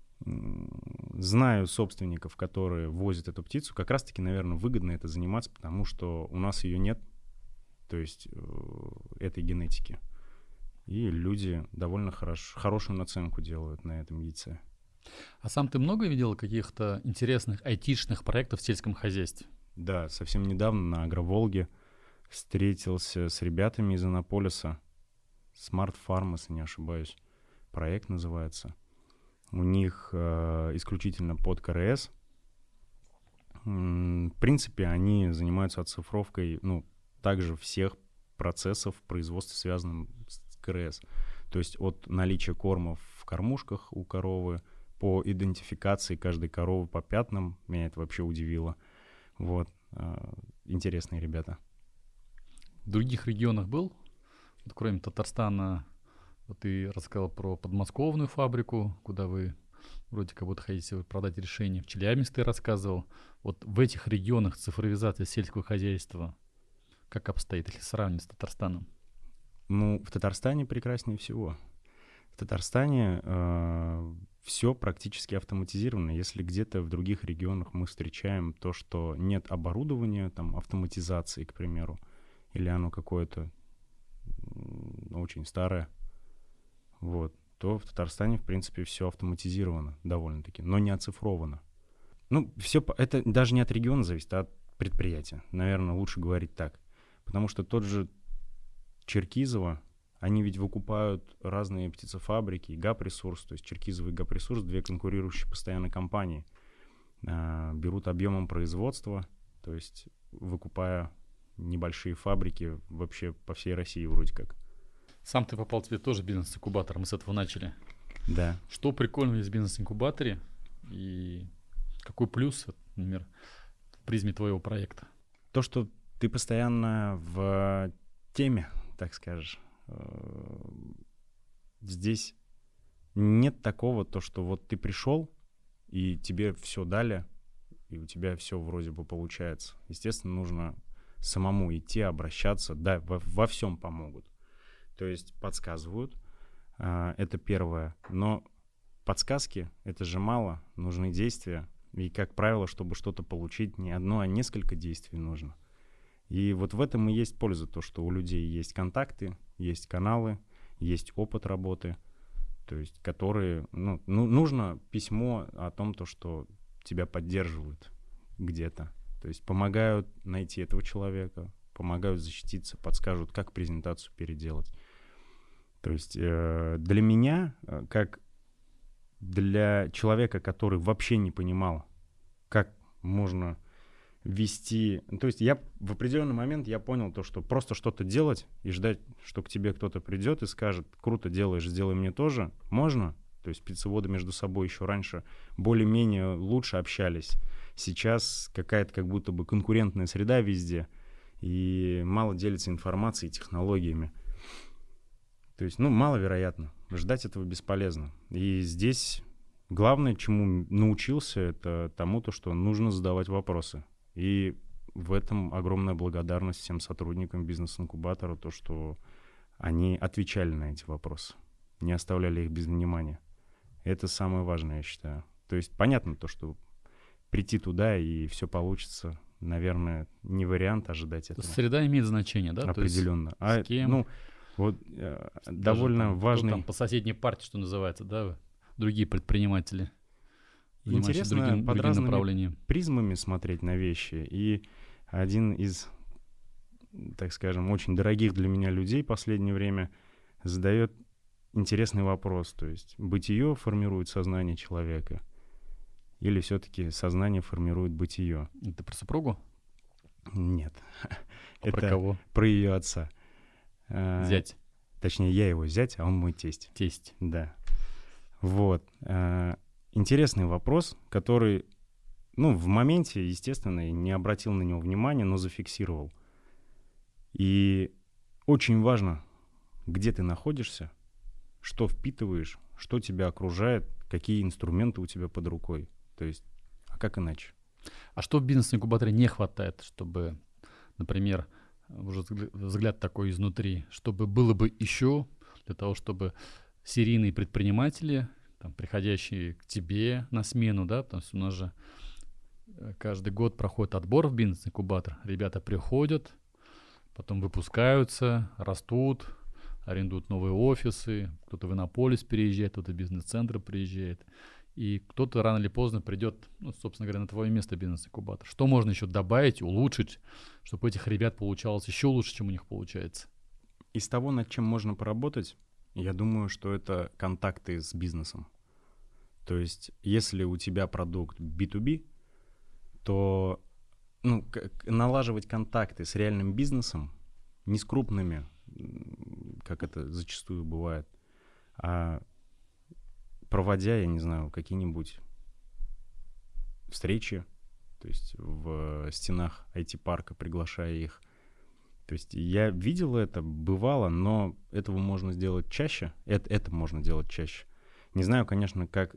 знаю собственников, которые возят эту птицу, как раз-таки, наверное, выгодно это заниматься, потому что у нас ее нет, то есть этой генетики. И люди довольно хорошую наценку делают на этом яйце. А сам ты много видел каких-то интересных айтишных проектов в сельском хозяйстве? Да, совсем недавно на Агроволге встретился с ребятами из Иннополиса. Smart Farm, если не ошибаюсь, проект называется. У них исключительно под КРС. В принципе, они занимаются оцифровкой, также всех процессов производства, связанных с КРС. То есть от наличия корма в кормушках у коровы, по идентификации каждой коровы по пятнам. Меня это вообще удивило. Вот. Интересные ребята. В других регионах был? Вот, кроме Татарстана, вот ты рассказал про подмосковную фабрику, куда вы вроде как будто хотите продать решение. В Челябинске ты рассказывал. Вот в этих регионах цифровизация сельского хозяйства как обстоит, если сравнивать с Татарстаном? В Татарстане прекраснее всего. В Татарстане все практически автоматизировано. Если где-то в других регионах мы встречаем то, что нет оборудования, там, автоматизации, к примеру, или оно какое-то очень старое, то в Татарстане, в принципе, все автоматизировано довольно-таки, но не оцифровано. Все это даже не от региона зависит, а от предприятия. Наверное, лучше говорить так. Потому что тот же Черкизово, они ведь выкупают разные птицефабрики, ГАП-ресурс, то есть Черкизово и ГАП-ресурс, две конкурирующие постоянно компании, берут объемом производства, то есть выкупая небольшие фабрики вообще по всей России вроде как. Сам ты попал, тебе тоже бизнес-инкубатор, мы с этого начали. Да. Что прикольного есть в бизнес-инкубаторе и какой плюс, например, в призме твоего проекта? То, что ты постоянно в теме, так скажешь. Здесь нет такого, то, что вот ты пришел, и тебе все дали, и у тебя все вроде бы получается. Естественно, нужно самому идти, обращаться, да, во всем помогут. То есть подсказывают, это первое. Но подсказки — это же мало, нужны действия. И, как правило, чтобы что-то получить, не одно, а несколько действий нужно. И вот в этом и есть польза, то, что у людей есть контакты, есть каналы, есть опыт работы, то есть которые... нужно письмо о том, то, что тебя поддерживают где-то. То есть помогают найти этого человека, помогают защититься, подскажут, как презентацию переделать. То есть для меня, как для человека, который вообще не понимал, как можно вести... То есть я в определенный момент я понял то, что просто что-то делать и ждать, что к тебе кто-то придет и скажет: круто делаешь, сделай мне тоже, можно. То есть птицеводы между собой еще раньше более-менее лучше общались. Сейчас какая-то как будто бы конкурентная среда везде, и мало делится информацией, технологиями. То есть, маловероятно. Ждать этого бесполезно. И здесь главное, чему научился, это тому, что нужно задавать вопросы. И в этом огромная благодарность всем сотрудникам бизнес-инкубатора, то, что они отвечали на эти вопросы, не оставляли их без внимания. Это самое важное, я считаю. То есть понятно то, что прийти туда и все получится, наверное, не вариант ожидать этого. Среда имеет значение, да? Определенно. С кем? Довольно важный... Там по соседней партии, что называется, да? Другие предприниматели. Интересно под разными призмами смотреть на вещи. И один из, так скажем, очень дорогих для меня людей в последнее время задает интересный вопрос. То есть бытие формирует сознание человека или все-таки сознание формирует бытие? Это про супругу? Нет. Это про кого? Про ее отца. Зять. Точнее, я его зять, а он мой тесть. Тесть. Да. Вот. Интересный вопрос, который, в моменте, естественно, не обратил на него внимания, но зафиксировал. И очень важно, где ты находишься, что впитываешь, что тебя окружает, какие инструменты у тебя под рукой. То есть, а как иначе? А что в бизнес-инкубаторе не хватает, чтобы, например, уже взгляд такой изнутри, чтобы было бы еще для того, чтобы серийные предприниматели, там, приходящие к тебе на смену, да, потому что у нас же каждый год проходит отбор в бизнес-инкубатор. Ребята приходят, потом выпускаются, растут, арендуют новые офисы, кто-то в Иннополис переезжает, кто-то в бизнес-центр приезжает, и кто-то рано или поздно придет, собственно говоря, на твое место бизнес-инкубатор. Что можно еще добавить, улучшить, чтобы у этих ребят получалось еще лучше, чем у них получается? Из того, над чем можно поработать, я думаю, что это контакты с бизнесом. То есть, если у тебя продукт B2B, то налаживать контакты с реальным бизнесом, не с крупными, как это зачастую бывает, а проводя, я не знаю, какие-нибудь встречи, то есть в стенах IT-парка, приглашая их. То есть я видел это, бывало, но этого можно сделать чаще. Это можно делать чаще. Не знаю, конечно, как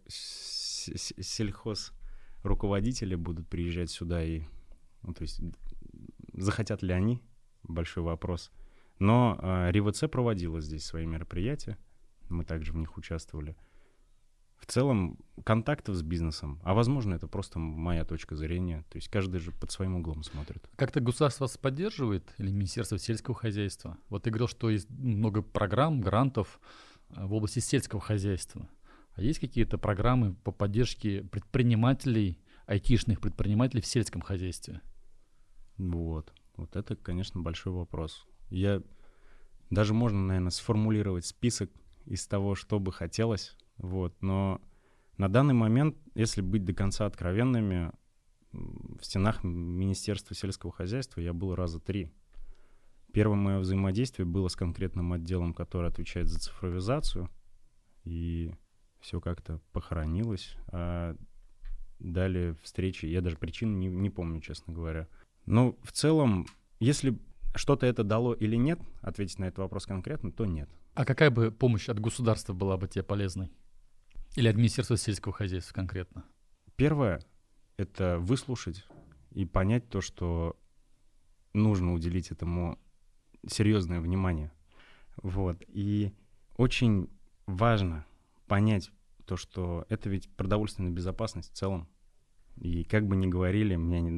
сельхозруководители будут приезжать сюда и... то есть захотят ли они? Большой вопрос. Но РИВЦ проводила здесь свои мероприятия. Мы также в них участвовали. В целом, контактов с бизнесом, а возможно, это просто моя точка зрения, то есть каждый же под своим углом смотрит. Как-то государство вас поддерживает или Министерство сельского хозяйства? Вот ты говорил, что есть много программ, грантов в области сельского хозяйства. А есть какие-то программы по поддержке предпринимателей, айтишных предпринимателей в сельском хозяйстве? Вот это, конечно, большой вопрос. Даже можно, наверное, сформулировать список из того, что бы хотелось. Но на данный момент, если быть до конца откровенными, в стенах Министерства сельского хозяйства я был раза 3. Первое мое взаимодействие было с конкретным отделом, который отвечает за цифровизацию, и все как-то похоронилось. А далее встречи, я даже причин не помню, честно говоря. Но в целом, если что-то это дало или нет, ответить на этот вопрос конкретно, то нет. А какая бы помощь от государства была бы тебе полезной? Или от Министерства сельского хозяйства конкретно? Первое — это выслушать и понять то, что нужно уделить этому серьезное внимание. Вот. И очень важно понять то, что это ведь продовольственная безопасность в целом. И как бы ни говорили,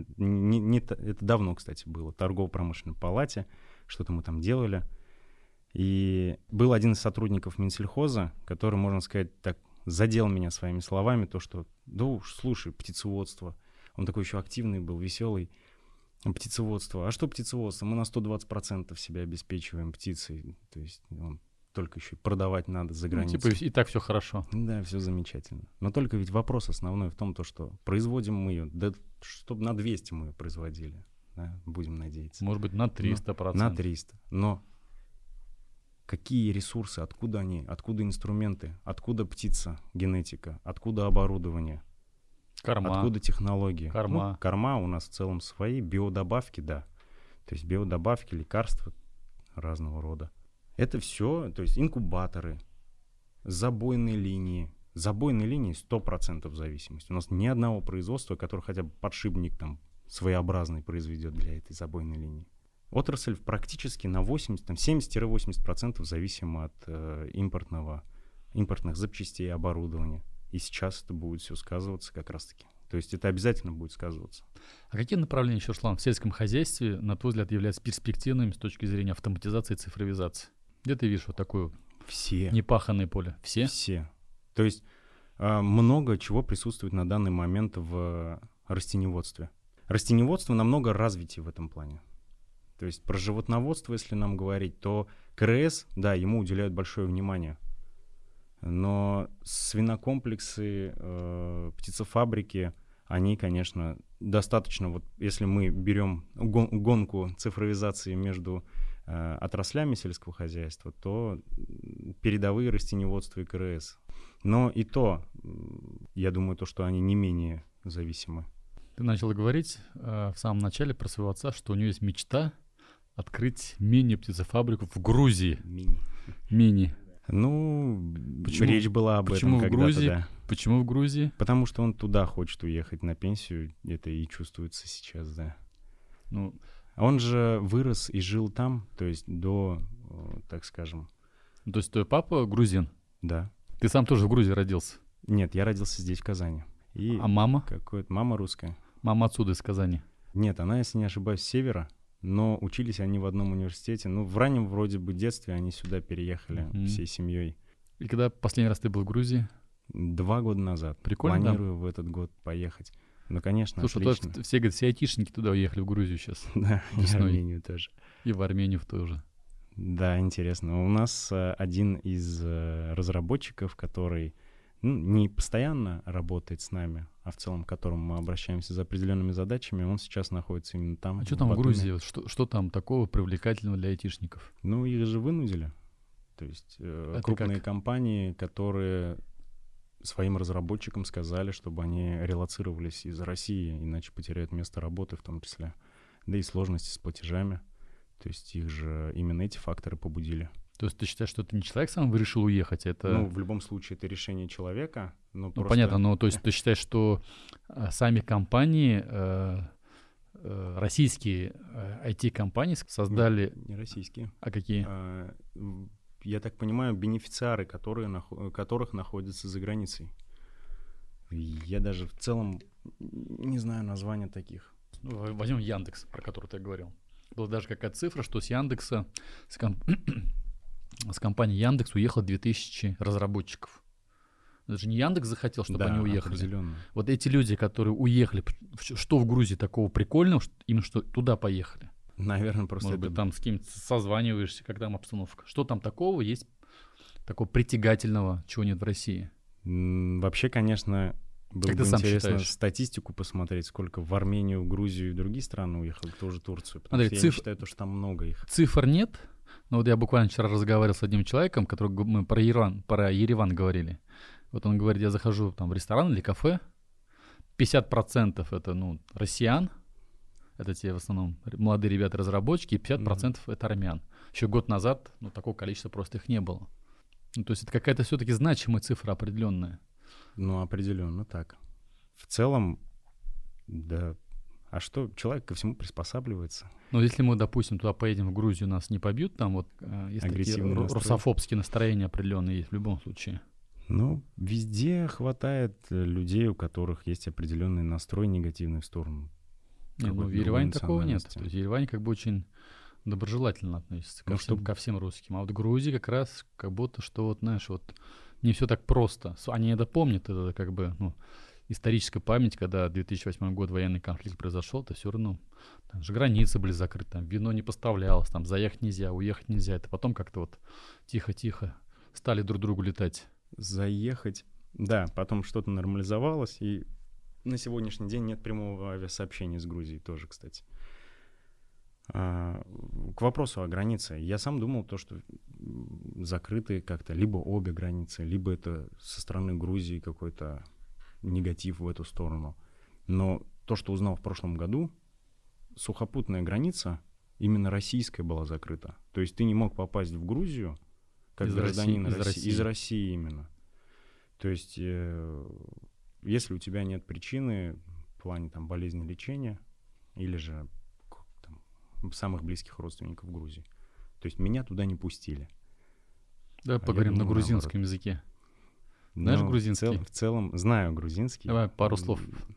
это давно, кстати, было, в торгово-промышленной палате, что-то мы там делали. И был один из сотрудников Минсельхоза, который, можно сказать, так задел меня своими словами, то, что, да уж, слушай, птицеводство. Он такой еще активный был, веселый. Птицеводство. А что птицеводство? Мы на 120% себя обеспечиваем птицей. То есть только еще продавать надо за границей. Ну, типа и так все хорошо. Да, все замечательно. Но только ведь вопрос основной в том, то, что производим мы ее, да, чтобы на 200 мы ее производили, да, будем надеяться. Может быть, на 300%. На 300. Но какие ресурсы, откуда они, откуда инструменты, откуда птица, генетика, откуда оборудование, откуда технологии. Корма. Корма у нас в целом свои, биодобавки, да. То есть биодобавки, лекарства разного рода. Это все, то есть инкубаторы, забойные линии. Забойные линии 100% зависимости. У нас ни одного производства, которое хотя бы подшипник там своеобразный произведет для этой забойной линии. Отрасль практически на 70-80% зависима от импортных запчастей, оборудования. И сейчас это будет все сказываться как раз-таки. То есть это обязательно будет сказываться. А какие направления еще, Руслан, в сельском хозяйстве, на твой взгляд, являются перспективными с точки зрения автоматизации и цифровизации? Где ты видишь вот такое непаханное поле? Все? Все. То есть много чего присутствует на данный момент в растениеводстве. Растениеводство намного развитее в этом плане. То есть про животноводство, если нам говорить, то КРС, да, ему уделяют большое внимание. Но свинокомплексы, птицефабрики, они, конечно, достаточно, вот если мы берем гонку цифровизации между отраслями сельского хозяйства, то передовые растениеводства и КРС. Но и то, я думаю, то, что они не менее зависимы. Ты начал говорить в самом начале про своего отца, что у него есть мечта открыть мини-птицефабрику в Грузии. Мини. Ну, речь была об этом когда-то, Грузии? да. Почему в Грузии? Потому что он туда хочет уехать на пенсию, это и чувствуется сейчас, да. Ну, он же вырос и жил там, то есть до, так скажем... То есть твой папа грузин? Да. Ты сам тоже в Грузии родился? Нет, я родился здесь, в Казани. И а мама? Мама русская. Мама отсюда, из Казани? Нет, она, если не ошибаюсь, с севера, но учились они в одном университете. Ну, в раннем вроде бы детстве они сюда переехали всей семьей. И когда последний раз ты был в Грузии? 2 года назад. Прикольно, планирую в этот год поехать. Ну, конечно, слушай, отлично. Все, говорят, все айтишники туда уехали в Грузию сейчас. Да, и в Армению тоже. И в Армению тоже. Да, интересно. У нас один из разработчиков, который не постоянно работает с нами, а в целом к которому мы обращаемся за определенными задачами, он сейчас находится именно там. А что там в Грузии? Что там такого привлекательного для айтишников? Ну, их же вынудили. То есть крупные компании, которые своим разработчикам сказали, чтобы они релоцировались из России, иначе потеряют место работы в том числе. Да и сложности с платежами. То есть их же именно эти факторы побудили. То есть ты считаешь, что это не человек сам решил уехать, это... Ну, в любом случае, это решение человека. Ну, просто... понятно, но то есть ты считаешь, что сами компании, российские IT-компании создали... Не российские. А какие? Я так понимаю, бенефициары, которых находятся за границей. Я даже в целом не знаю названия таких. Ну, возьмем Яндекс, про который ты говорил. Была даже какая-то цифра, что с Яндекса, с компании Яндекс уехало 2000 разработчиков. Это же не Яндекс захотел, чтобы они уехали. Определенно. Вот эти люди, которые уехали, что в Грузии такого прикольного, именно что туда поехали? Наверное, просто... Может быть, там с кем-то созваниваешься, как там обстановка. Что там такого есть, такого притягательного, чего нет в России? Вообще, конечно, было бы интересно статистику посмотреть, сколько в Армению, в Грузию и в другие страны уехало, тоже Турцию. Потому что я считаю, что там много их. Цифр нет, но вот я буквально вчера разговаривал с одним человеком, который мы про Ереван говорили. Вот он говорит, я захожу там в ресторан или кафе, 50% это, россиян, это те в основном молодые ребята-разработчики, и 50% это армян. Еще год назад, такого количества просто их не было. То есть это какая-то все-таки значимая цифра определенная. Ну, определенно так. В целом, да, А что, человек ко всему приспосабливается. Но если мы, допустим, туда поедем, в Грузию, нас не побьют, там вот есть такие русофобские настроения определенные есть в любом случае. Ну, везде хватает людей, у которых есть определенный настрой негативный в сторону. Нет, ну в Ереване такого нет. То есть Ереване как бы очень доброжелательно относится ко всем русским. А вот в Грузии как раз как будто что вот, знаешь, вот не все так просто. Они это помнят, это как бы, ну, историческая память, когда 2008 год военный конфликт произошел, то все равно там же границы были закрыты, там вино не поставлялось, там заехать нельзя, уехать нельзя. Это потом как-то вот тихо-тихо стали друг другу летать. Заехать, да, потом что-то нормализовалось, и на сегодняшний день нет прямого авиасообщения с Грузией тоже, кстати. К вопросу о границе. Я сам думал, что закрыты как-то либо обе границы, либо это со стороны Грузии какой-то негатив в эту сторону. Но то, что узнал в прошлом году, сухопутная граница именно российская была закрыта. То есть ты не мог попасть в Грузию как гражданин России. Из России именно. То есть если у тебя нет причины в плане там, болезни, лечения или же там, самых близких родственников в Грузии. То есть меня туда не пустили. Давай поговорим на грузинском языке. Знаешь грузинский? В целом знаю грузинский. Давай пару слов,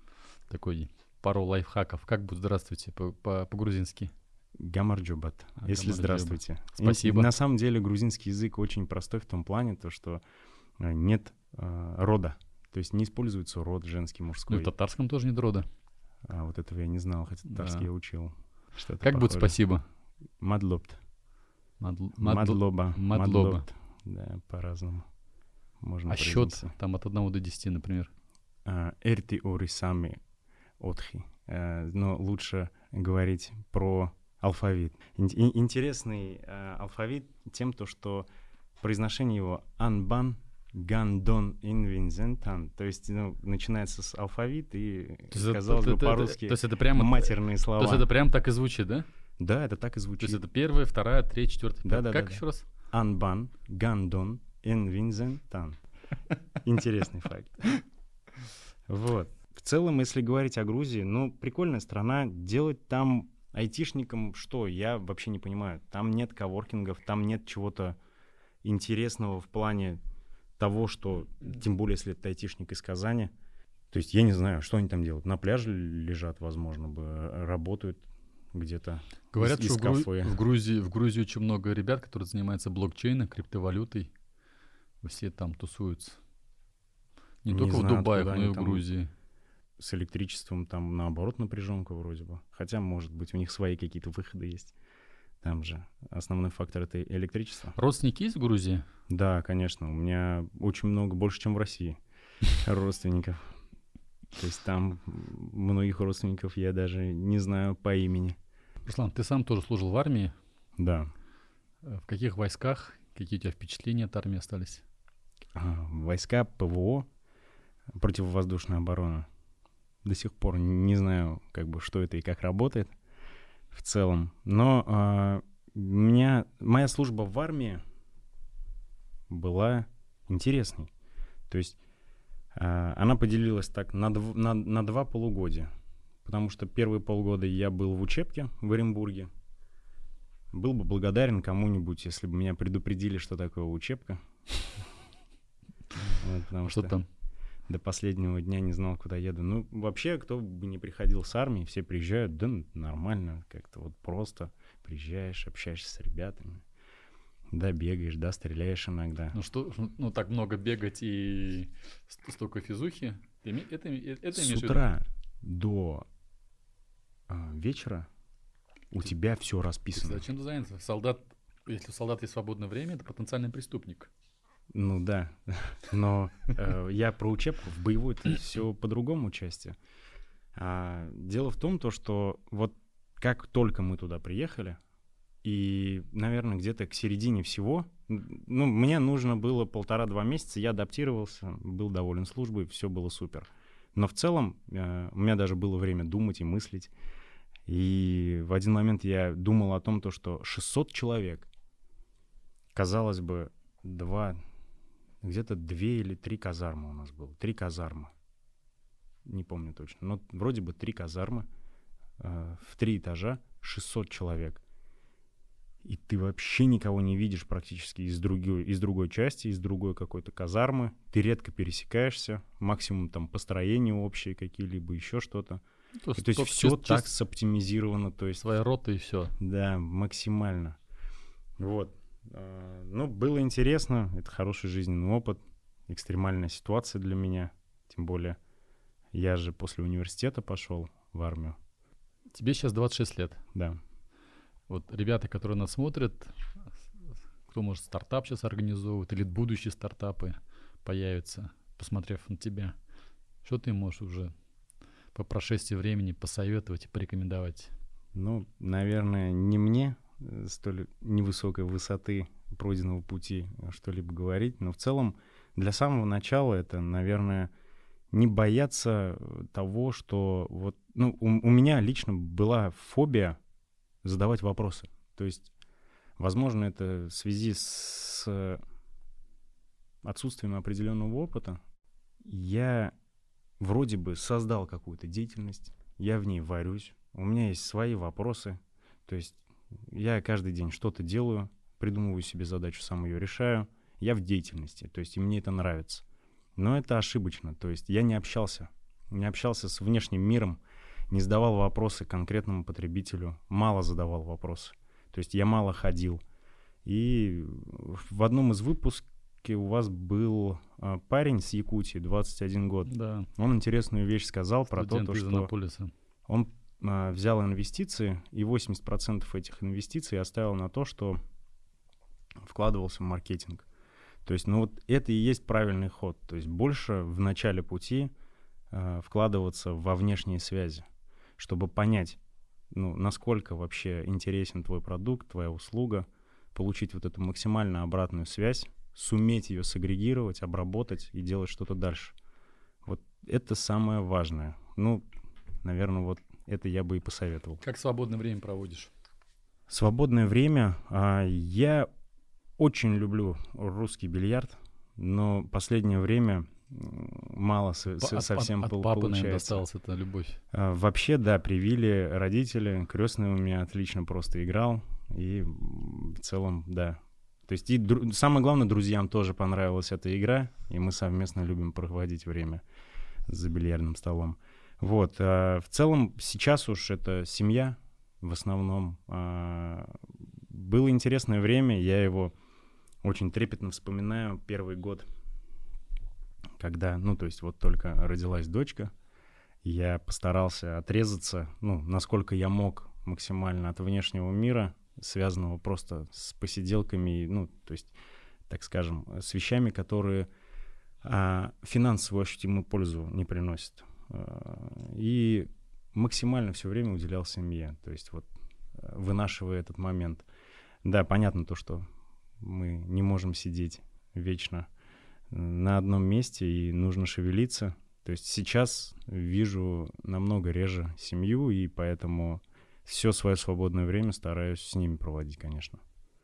пару лайфхаков. Как будет «здравствуйте» по-грузински? Гамарджубат, если здравствуйте. Спасибо. На самом деле грузинский язык очень простой в том плане, что нет рода. То есть не используется род женский, мужской. Ну, в татарском тоже нет рода. А вот этого я не знал, хотя татарский я учил. Что-то как будет спасибо? Мадлобт. Мадлоба. Да, по-разному. Можно а счет там от 1 до 10, например? Эрти орисами отхи. Но лучше говорить про алфавит. Интересный алфавит тем, что произношение его анбан, гандон, инвинзентан. То есть начинается с алфавит и, казалось бы, по-русски матерные слова. То есть это прям так и звучит, да? Да, это так и звучит. То есть это 1, 2, 3, 4, 5. Да, как еще раз? Анбан, гандон, инвинзентан. Интересный факт. Вот. В целом, если говорить о Грузии, прикольная страна. Делать там айтишникам что? Я вообще не понимаю. Там нет коворкингов, там нет чего-то интересного в плане того, что, тем более, если это айтишник из Казани. То есть я не знаю, что они там делают. На пляже лежат, возможно, работают где-то. Говорят, из что кафе. в Грузии очень много ребят, которые занимаются блокчейном, криптовалютой. Все там тусуются. Не только в Дубае, но и в Грузии. С электричеством там, наоборот, напряженка вроде бы. Хотя, может быть, у них свои какие-то выходы есть. Там же основной фактор — это электричество. Родственники есть в Грузии? Да, конечно. У меня очень много, больше, чем в России, родственников. То есть там многих родственников я даже не знаю по имени. Руслан, ты сам тоже служил в армии? Да. В каких войсках? Какие у тебя впечатления от армии остались? Войска ПВО, противовоздушная оборона. До сих пор не знаю, что это и как работает в целом. Но моя служба в армии была интересной. То есть она поделилась так на 2 полугодия. Потому что первые полгода я был в учебке в Оренбурге. Был бы благодарен кому-нибудь, если бы меня предупредили, что такое учебка. Потому что там до последнего дня не знал, куда еду. Вообще, кто бы не приходил с армии, все приезжают, да нормально, как-то вот просто приезжаешь, общаешься с ребятами, да, бегаешь, да, стреляешь иногда. Так много бегать и столько физухи, это с утра до вечера у тебя все расписано. Зачем ты занялся? Если у солдат есть свободное время, это потенциальный преступник. Да, но я про учебку, в боевой все по-другому части. Дело в том, что вот как только мы туда приехали, и, наверное, где-то к середине всего, мне нужно было 1,5-2 месяца, я адаптировался, был доволен службой, все было супер. Но в целом у меня даже было время думать и мыслить. И в один момент я думал о том, что 600 человек, казалось бы, где-то 2 или 3 казармы у нас было. 3 казармы. Не помню точно. Но вроде бы 3 казармы. в 3 этажа, 600 человек. И ты вообще никого не видишь практически из другой части, из другой какой-то казармы. Ты редко пересекаешься, максимум там построения общие какие-либо, еще что-то. То есть все так соптимизировано. То есть, своя рота и все. Да, максимально. Вот. Ну, было интересно, это хороший жизненный опыт, экстремальная ситуация для меня. Тем более, я же после университета пошел в армию. Тебе сейчас 26 лет. Да. Вот ребята, которые нас смотрят, кто, может, стартап сейчас организовывает, или будущие стартапы появятся, посмотрев на тебя, что ты можешь уже по прошествии времени посоветовать и порекомендовать? Ну, наверное, не мне столь невысокой высоты пройденного пути что-либо говорить, но в целом для самого начала это, наверное, не бояться того, что вот, ну, у меня лично была фобия задавать вопросы. То есть, возможно, это в связи с отсутствием определенного опыта. Я вроде бы создал какую-то деятельность, я в ней варюсь, у меня есть свои вопросы. То есть я каждый день что-то делаю, придумываю себе задачу, сам ее решаю. Я в деятельности, то есть и мне это нравится. Но это ошибочно. То есть я не общался с внешним миром, не задавал вопросы конкретному потребителю, мало задавал вопросы. То есть я мало ходил. И в одном из выпусков у вас был парень с Якутии, 21 год. Да. Он интересную вещь сказал Студент про то, из что Иннополиса. он взял инвестиции, и 80% этих инвестиций оставил на то, что вкладывался в маркетинг. То есть, ну вот это и есть правильный ход. То есть больше в начале пути вкладываться во внешние связи, чтобы понять, ну, насколько вообще интересен твой продукт, твоя услуга, получить вот эту максимально обратную связь, суметь ее сагрегировать, обработать и делать что-то дальше. Вот это самое важное. Ну, наверное, вот это я бы и посоветовал. Как свободное время проводишь? Свободное время я очень люблю русский бильярд, но последнее время мало совсем от папы, получается. наверное, досталась эта любовь. Вообще, да, привили родители. Крестный у меня отлично просто играл. И в целом, да. То есть самое главное, друзьям тоже понравилась эта игра, и мы совместно любим проводить время за бильярдным столом. Вот. В целом, сейчас уж это семья в основном. Было интересное время, я его очень трепетно вспоминаю. Первый год, когда, ну, то есть вот только родилась дочка, я постарался отрезаться, ну, насколько я мог, максимально от внешнего мира, связанного просто с посиделками, ну, то есть, так скажем, с вещами, которые финансовую ощутимую пользу не приносят. И максимально все время уделял семье, то есть вот вынашивая этот момент. Да, понятно то, что мы не можем сидеть вечно на одном месте, и нужно шевелиться. То есть сейчас вижу намного реже семью, и поэтому все свое свободное время стараюсь с ними проводить, конечно.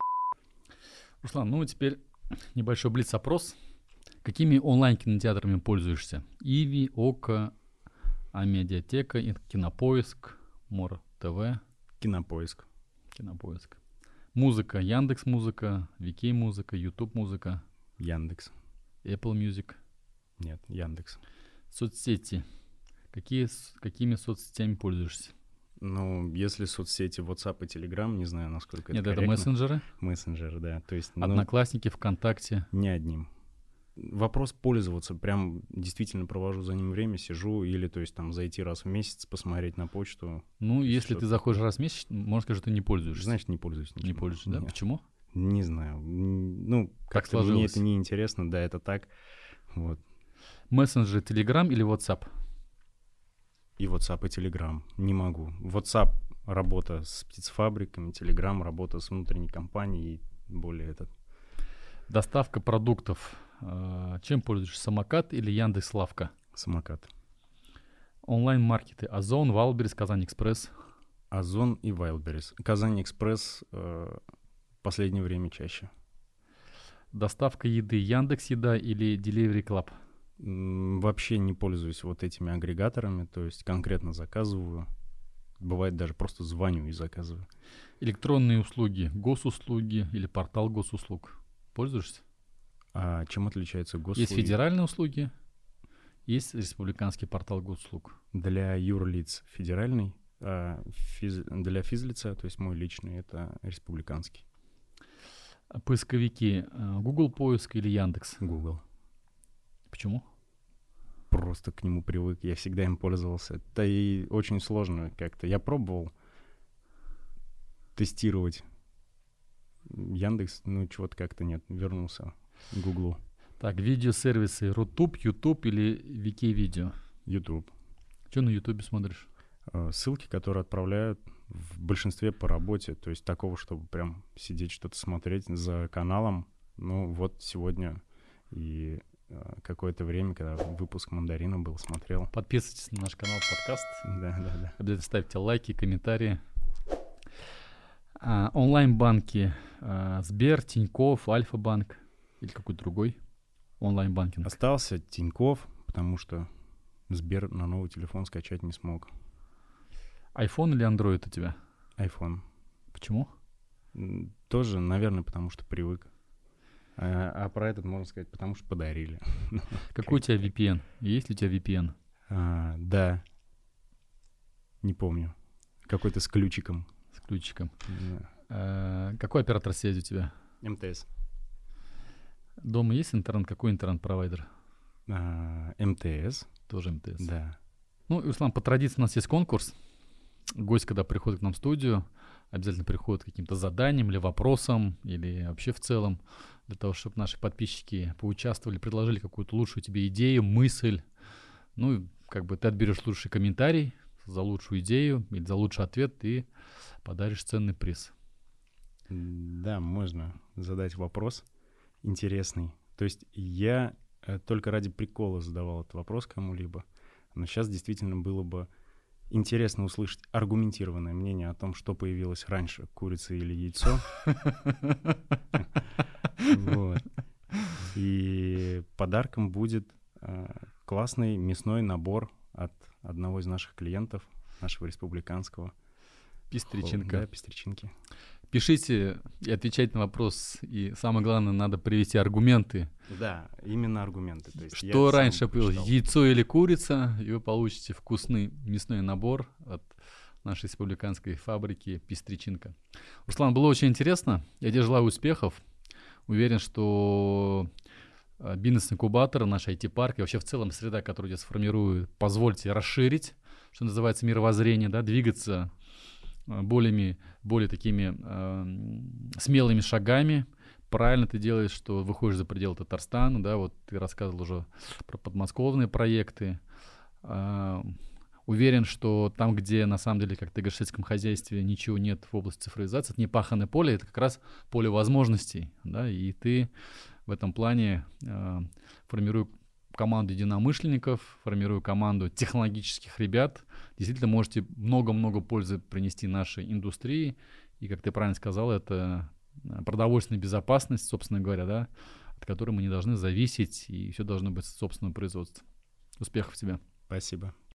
Руслан, ну теперь небольшой блиц-опрос. Какими онлайн-кинотеатрами пользуешься? Иви, Око, Амедиатека, Кинопоиск, Мор ТВ? Кинопоиск. Кинопоиск. Музыка, Яндекс.Музыка, Викей.Музыка, YouTube.Музыка. Яндекс. Apple Music. Нет, Яндекс. Соцсети. Какими соцсетями пользуешься? Ну, если соцсети WhatsApp и Telegram, не знаю, насколько Нет, это корректно. это мессенджеры? Мессенджеры, да. То есть, Одноклассники, ВКонтакте? Не одним. Вопрос пользоваться. Прям действительно провожу за ним время, сижу, или, то есть, там, зайти раз в месяц, посмотреть на почту. Ну, если ты заходишь раз в месяц, можно сказать, что ты не пользуешься. Значит, не пользуюсь ничем. Не пользуешься, да? Нет. Почему? Не знаю. Ну, Как как-то мне сложилось? это не интересно, да, это так. Вот. Мессенджер, Telegram или WhatsApp? И WhatsApp, и Telegram. Не могу. WhatsApp — работа с птицефабриками, Telegram — работа с внутренней компанией, и более этот. Доставка продуктов. Чем пользуешься? Самокат или Яндекс.Лавка? Самокат. Онлайн-маркеты. Озон, Вайлдберрис, Казань-Экспресс. Озон и Wildberries. Казань-Экспресс в последнее время чаще. Доставка еды. Яндекс.Еда или Delivery Club? Вообще не пользуюсь вот этими агрегаторами, то есть конкретно заказываю. Бывает даже просто звоню и заказываю. Электронные услуги, госуслуги или портал госуслуг. Пользуешься? А чем отличается госуслуги? Есть федеральные услуги, есть республиканский портал госуслуг. Для юрлиц федеральный, а для физлица, то есть мой личный, это республиканский. Поисковики Google поиск или Яндекс? Google. Почему? Просто к нему привык, я всегда им пользовался. Это и очень сложно как-то. Я пробовал тестировать Яндекс, ну чего-то как-то нет, вернулся к Гуглу. Так, видеосервисы Рутуб, Ютуб или VK-видео? YouTube. Что на Ютубе смотришь? Ссылки, которые отправляют в большинстве по работе. То есть такого, чтобы прям сидеть что-то смотреть за каналом. Ну вот сегодня и какое-то время, когда выпуск «Мандарина» был, смотрел. Подписывайтесь на наш канал, подкаст. Да. Обязательно ставьте лайки, комментарии. Онлайн-банки Сбер, Тинькофф, Альфа-банк или какой-то другой онлайн-банкинг? Остался Тинькофф, потому что Сбер на новый телефон скачать не смог. iPhone или Android у тебя? iPhone. Почему? Тоже, наверное, потому что привык. А про этот можно сказать, потому что подарили. Какой у тебя VPN? Есть ли у тебя VPN? Да. Не помню. Какой-то с ключиком. С ключиком. Да. Какой оператор связи у тебя? МТС. Дома есть интернет? Какой интернет-провайдер? МТС. Тоже МТС. Да. Ну, и, Руслан, по традиции у нас есть конкурс. Гость, когда приходит к нам в студию, обязательно приходит к каким-то заданиям или вопросам, или вообще в целом, для того, чтобы наши подписчики поучаствовали, предложили какую-то лучшую тебе идею, мысль. Ну, как бы ты отберешь лучший комментарий за лучшую идею или за лучший ответ и подаришь ценный приз. Да, можно задать вопрос интересный. То есть я только ради прикола задавал этот вопрос кому-либо, но сейчас действительно было бы интересно услышать аргументированное мнение о том, что появилось раньше, курица или яйцо. И подарком будет классный мясной набор от одного из наших клиентов, нашего республиканского. Пестричинка. Да, пестричинки. Пишите и отвечайте на вопрос. И самое главное, надо привести аргументы. Да, именно аргументы. То есть что раньше было, яйцо или курица, и вы получите вкусный мясной набор от нашей республиканской фабрики «Пестричинка». Руслан, было очень интересно. Я тебе желаю успехов. Уверен, что бизнес-инкубатор, наш IT-парк и вообще в целом среда, которую я сформирую, позвольте расширить, что называется, мировоззрение, да, двигаться более такими смелыми шагами. Правильно ты делаешь, что выходишь за пределы Татарстана, да, вот ты рассказывал уже про подмосковные проекты. Уверен, что там, где на самом деле, как ты говоришь, в сельском хозяйстве ничего нет в области цифровизации, это не паханное поле, это как раз поле возможностей, да, и ты в этом плане формируя команду единомышленников, формирую команду технологических ребят, действительно можете много-много пользы принести нашей индустрии. И, как ты правильно сказал, это продовольственная безопасность, собственно говоря, да, от которой мы не должны зависеть, и все должно быть собственного производства. Успехов тебе. Спасибо.